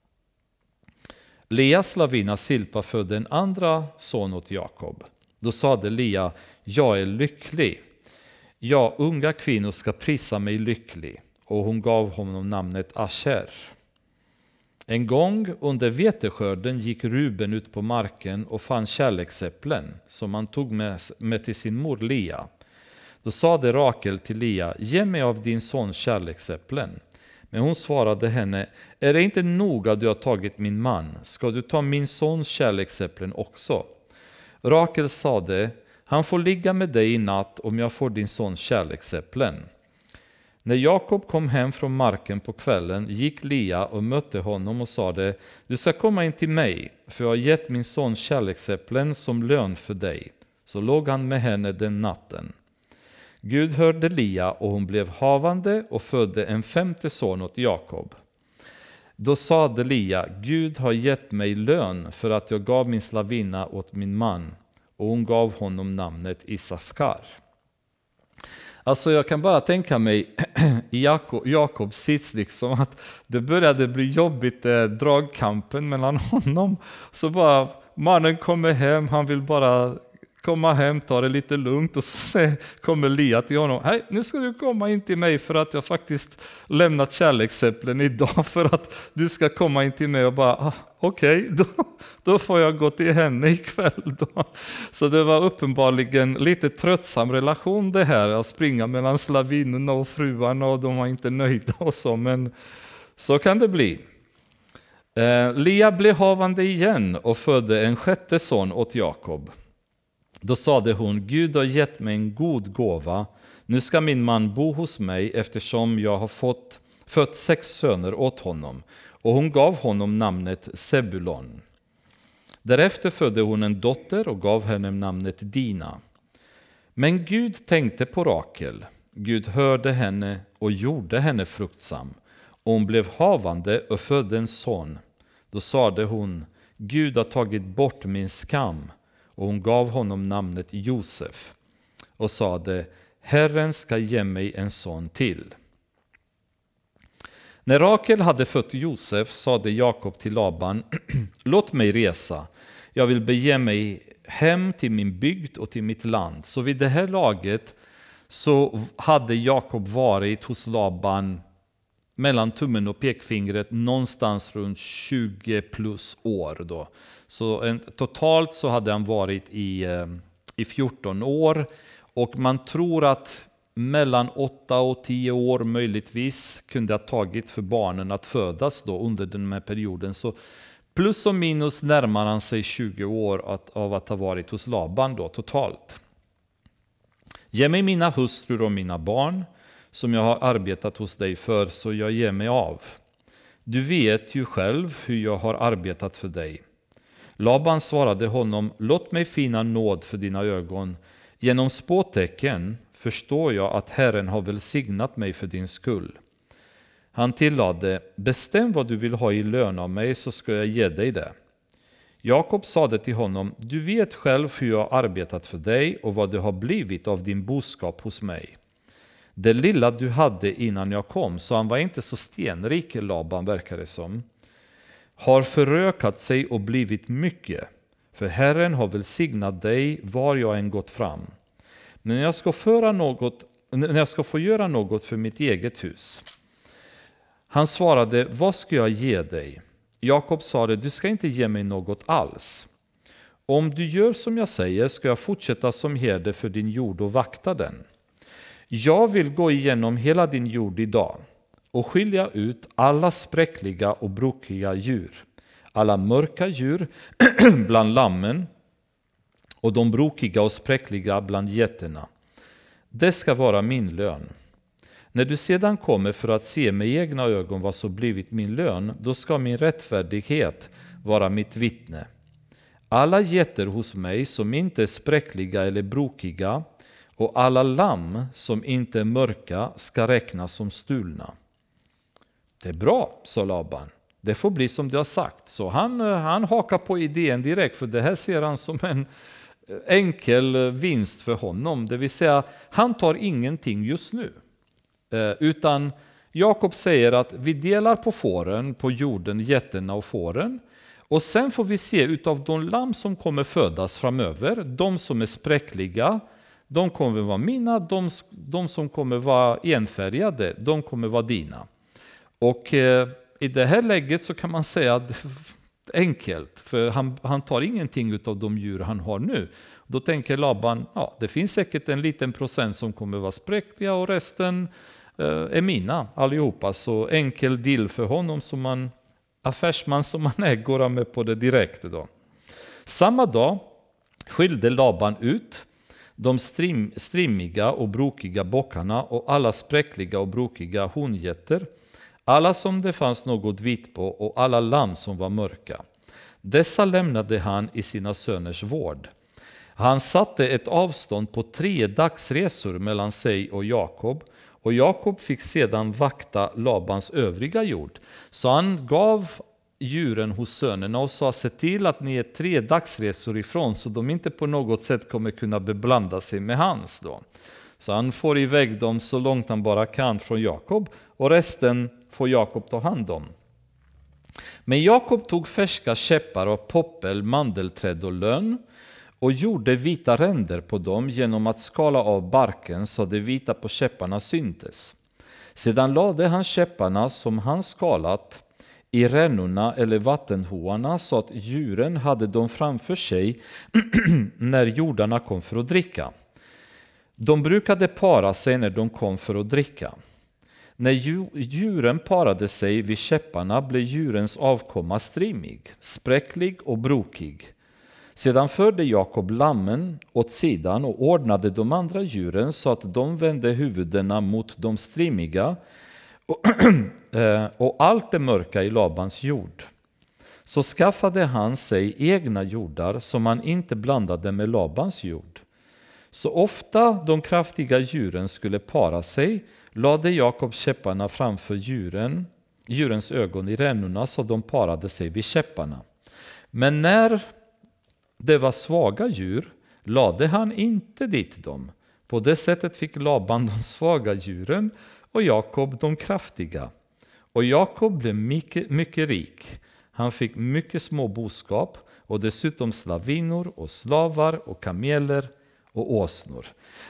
Leas slavina Silpa födde en andra son åt Jakob. Då sade Lea, jag är lycklig. Ja, unga kvinnor ska prisa mig lycklig. Och hon gav honom namnet Asher. En gång under veteskörden gick Ruben ut på marken och fann kärleksäpplen som han tog med till sin mor Lea. Då sade Rakel till Lea, ge mig av din sons kärleksäpplen. Men hon svarade henne, är det inte nog att du har tagit min man? Ska du ta min sons kärleksäpplen också? Rakel sade, han får ligga med dig i natt om jag får din sons kärleksäpplen. När Jakob kom hem från marken på kvällen gick Lea och mötte honom och sade: du ska komma in till mig, för jag har gett min son kärleksäpplen som lön för dig. Så låg han med henne den natten. Gud hörde Lea och hon blev havande och födde en 5:e son åt Jakob. Då sade Lea: Gud har gett mig lön för att jag gav min slavinna åt min man. Och hon gav honom namnet Isaskar. Alltså jag kan bara tänka mig i Jakobs sits liksom att det började bli jobbigt, dragkampen mellan honom. Så bara mannen kommer hem, han vill bara komma hem, ta det lite lugnt, och så kommer Lea till honom: hej, nu ska du komma in till mig för att jag faktiskt lämnat kärleksäpplen idag, för att du ska komma in till mig. Och bara okej, då får jag gå till henne ikväll då. Så det var uppenbarligen lite tröttsam relation det här, att springa mellan slavinnorna och fruarna, och de var inte nöjda och så, men så kan det bli. Lea blev havande igen och födde en 6:e son åt Jakob. Då sade hon: Gud har gett mig en god gåva. Nu ska min man bo hos mig, eftersom jag har fött 6 söner åt honom. Och hon gav honom namnet Sebulon. Därefter födde hon en dotter och gav henne namnet Dina. Men Gud tänkte på Rakel. Gud hörde henne och gjorde henne fruktsam. Och hon blev havande och födde en son. Då sade hon: Gud har tagit bort min skam. Och hon gav honom namnet Josef och sade: Herren ska ge mig en son till. När Rakel hade fött Josef sade Jakob till Laban: låt mig resa, jag vill bege mig hem till min bygd och till mitt land. Så vid det här laget så hade Jakob varit hos Laban mellan tummen och pekfingret någonstans runt 20 plus år då. Så totalt så hade han varit i 14 år, och man tror att mellan 8 och 10 år möjligtvis kunde ha tagit för barnen att födas då under den här perioden. Så plus och minus närmar han sig 20 år av att ha varit hos Laban då totalt. Ge mig mina hustrur och mina barn som jag har arbetat hos dig för, så jag ger mig av. Du vet ju själv hur jag har arbetat för dig. Laban svarade honom: låt mig finna nåd för dina ögon. Genom spåtecken förstår jag att Herren har välsignat mig för din skull. Han tillade: bestäm vad du vill ha i lön av mig, så ska jag ge dig det. Jakob sade till honom: du vet själv hur jag har arbetat för dig och vad det har blivit av din boskap hos mig. Det lilla du hade innan jag kom, så han var inte så stenrik, Laban verkar det som, har förökat sig och blivit mycket, för Herren har välsignat dig var jag än gått fram. Men när jag ska få göra något för mitt eget hus. Han svarade: vad ska jag ge dig? Jakob sade: du ska inte ge mig något alls. Om du gör som jag säger ska jag fortsätta som herde för din jord och vakta den. Jag vill gå igenom hela din jord idag och skilja ut alla spräckliga och brokiga djur, alla mörka djur bland lammen och de brokiga och spräckliga bland getterna. Det ska vara min lön. När du sedan kommer för att se med egna ögon vad som blivit min lön, då ska min rättfärdighet vara mitt vittne. Alla getter hos mig som inte är spräckliga eller brokiga och alla lamm som inte är mörka ska räknas som stulna. Det är bra, sa Laban. Det får bli som du har sagt. Så han hakar på idén direkt, för det här ser han som en enkel vinst för honom. Det vill säga, han tar ingenting just nu. Utan Jakob säger att vi delar på fåren, på jorden, getterna och fåren. Och sen får vi se utav de lamm som kommer födas framöver, de som är spräckliga, de kommer vara mina, de som kommer vara enfärgade, de kommer vara dina. Och i det här läget så kan man säga att enkelt, för han tar ingenting utav de djur han har nu. Då tänker Laban, ja, det finns säkert en liten procent som kommer vara spräckliga och resten är mina allihopa. Så enkel deal för honom, som affärsman som man är, går med på det direkt då. Samma dag skilde Laban ut de strimmiga och brokiga bockarna och alla spräckliga och brokiga hongetter, alla som det fanns något vitt på och alla lamm som var mörka. Dessa lämnade han i sina söners vård. Han satte ett avstånd på 3 dagsresor mellan sig och Jakob fick sedan vakta Labans övriga jord. Så han gav djuren hos sönerna och sa: se till att ni är 3 dagsresor ifrån, så de inte på något sätt kommer kunna beblanda sig med hans då. Så han får iväg dem så långt han bara kan från Jakob, och resten får Jakob ta hand om. Men Jakob tog färska käppar av poppel, mandelträd och lönn och gjorde vita ränder på dem genom att skala av barken så det vita på käpparna syntes. Sedan lade han käpparna som han skalat i rännorna eller vattenhoarna så att djuren hade dem framför sig när jordarna kom för att dricka. De brukade para sig när de kom för att dricka. När djuren parade sig vid käpparna blev djurens avkomma strimmig, spräcklig och brokig. Sedan förde Jakob lammen åt sidan och ordnade de andra djuren så att de vände huvudena mot de strimmiga och allt det mörka i Labans jord. Så skaffade han sig egna jordar som han inte blandade med Labans jord. Så ofta de kraftiga djuren skulle para sig lade Jakob käpparna framför djurens ögon i rännorna så de parade sig vid käpparna. Men när det var svaga djur lade han inte dit dem. På det sättet fick Laban de svaga djuren och Jakob de kraftiga. Och Jakob blev mycket rik. Han fick mycket små boskap och dessutom slavinor och slavar och kameler och åsnor.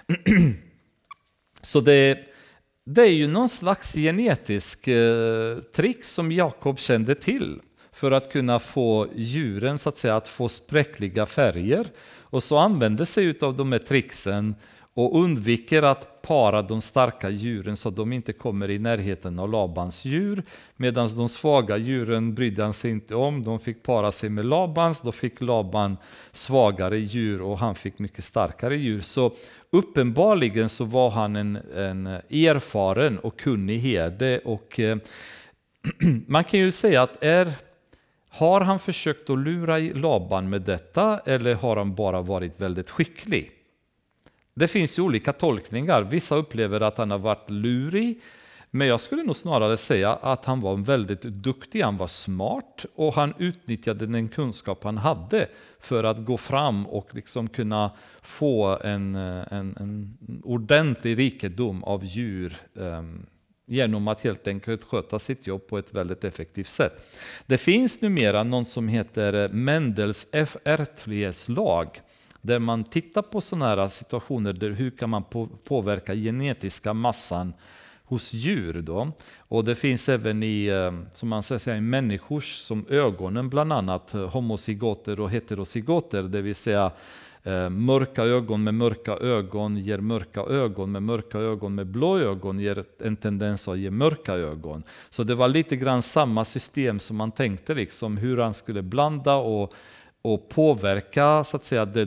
Så det är ju någon slags genetisk trick som Jakob kände till för att kunna få djuren så att säga att få spräckliga färger, och så använder sig av de här tricksen och undviker att para de starka djuren så att de inte kommer i närheten av Labans djur, medan de svaga djuren brydde han sig inte om. De fick para sig med Labans, då fick Laban svagare djur och han fick mycket starkare djur. Så uppenbarligen så var han en erfaren och kunnig herde, och man kan ju säga att har han försökt att lura Laban med detta, eller har han bara varit väldigt skicklig? Det finns ju olika tolkningar. Vissa upplever att han har varit lurig, men jag skulle nog snarare säga att han var väldigt duktig, han var smart och han utnyttjade den kunskap han hade för att gå fram och liksom kunna få en ordentlig rikedom av djur genom att helt enkelt sköta sitt jobb på ett väldigt effektivt sätt. Det finns numera någon som heter Mendels ärftlighetslag, där man tittar på sådana här situationer där hur kan man påverka genetiska massan hos djur då. Och det finns även som man säger, i människors som ögonen, bland annat homozygoter och heterozygoter, det vill säga mörka ögon med mörka ögon ger mörka ögon, med mörka ögon med blå ögon ger en tendens att ge mörka ögon. Så det var lite grann samma system som man tänkte liksom hur han skulle blanda och påverka så att säga det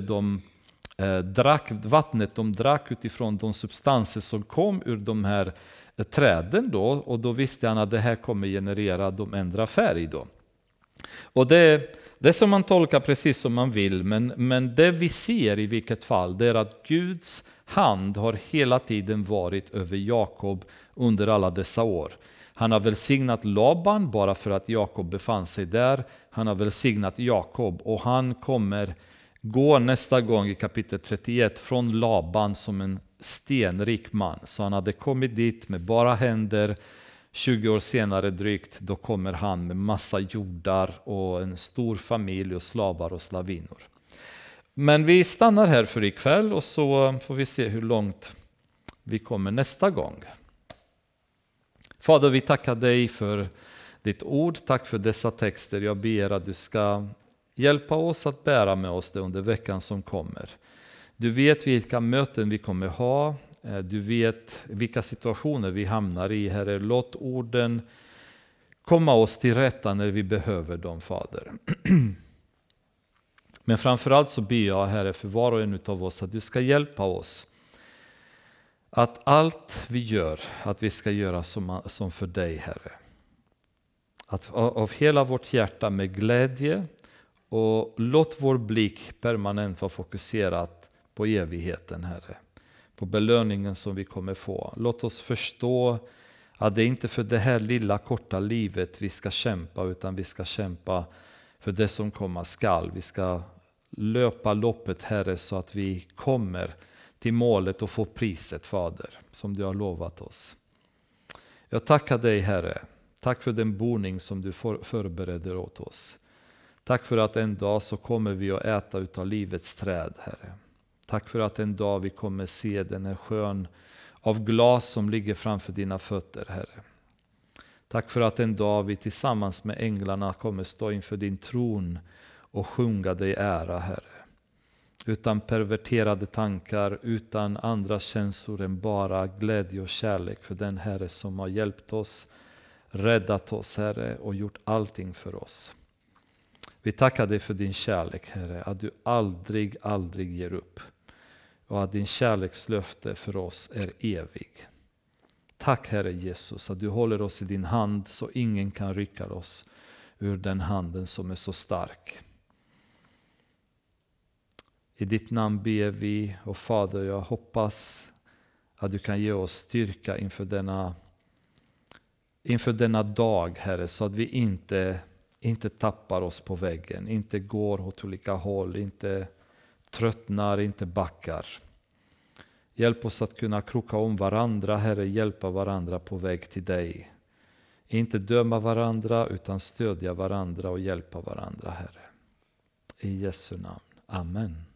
vattnet de drack utifrån de substanser som kom ur de här träden då, och då visste han att det här kommer generera de ändra färg då. Och det som man tolkar precis som man vill, men det vi ser i vilket fall, det är att Guds hand har hela tiden varit över Jakob under alla dessa år. Han har välsignat Laban bara för att Jakob befann sig där. Han har välsignat Jakob, och han kommer gå nästa gång i kapitel 31 från Laban som en stenrik man. Så han hade kommit dit med bara händer. 20 år senare drygt, då kommer han med massa jordar och en stor familj och slavar och slavinor. Men vi stannar här för ikväll, och så får vi se hur långt vi kommer nästa gång. Fader, vi tackar dig för ditt ord. Tack för dessa texter. Jag ber att du ska hjälpa oss att bära med oss det under veckan som kommer. Du vet vilka möten vi kommer ha. Du vet vilka situationer vi hamnar i. Herre, låt orden komma oss till rätta när vi behöver dem, Fader. Men framförallt så ber jag, Herre, för var och en av oss att du ska hjälpa oss. Att allt vi gör, att vi ska göra som för dig, Herre. Att av hela vårt hjärta med glädje, och låt vår blick permanent vara fokuserad på evigheten, Herre. På belöningen som vi kommer få. Låt oss förstå att det inte är för det här lilla korta livet vi ska kämpa, utan vi ska kämpa för det som komma skall. Vi ska löpa loppet, Herre, så att vi kommer till målet och får priset, Fader, som du har lovat oss. Jag tackar dig, Herre. Tack för den boning som du förbereder åt oss. Tack för att en dag så kommer vi att äta utav livets träd, Herre. Tack för att en dag vi kommer se den här sjön av glas som ligger framför dina fötter, Herre. Tack för att en dag vi tillsammans med änglarna kommer stå inför din tron och sjunga dig ära, Herre. Utan perverterade tankar, utan andra känslor än bara glädje och kärlek för den Herre som har hjälpt oss, räddat oss, Herre, och gjort allting för oss. Vi tackar dig för din kärlek, Herre, att du aldrig ger upp. Och att din kärlekslöfte för oss är evig. Tack, Herre Jesus, att du håller oss i din hand så ingen kan rycka oss ur den handen som är så stark. I ditt namn ber vi, och Fader, jag hoppas att du kan ge oss styrka inför denna dag, Herre, så att vi inte tappar oss på väggen, inte går åt olika håll, inte tröttnar, inte backar. Hjälp oss att kunna kroka om varandra, Herre, hjälpa varandra på väg till dig. Inte döma varandra, utan stödja varandra och hjälpa varandra, Herre. I Jesu namn. Amen.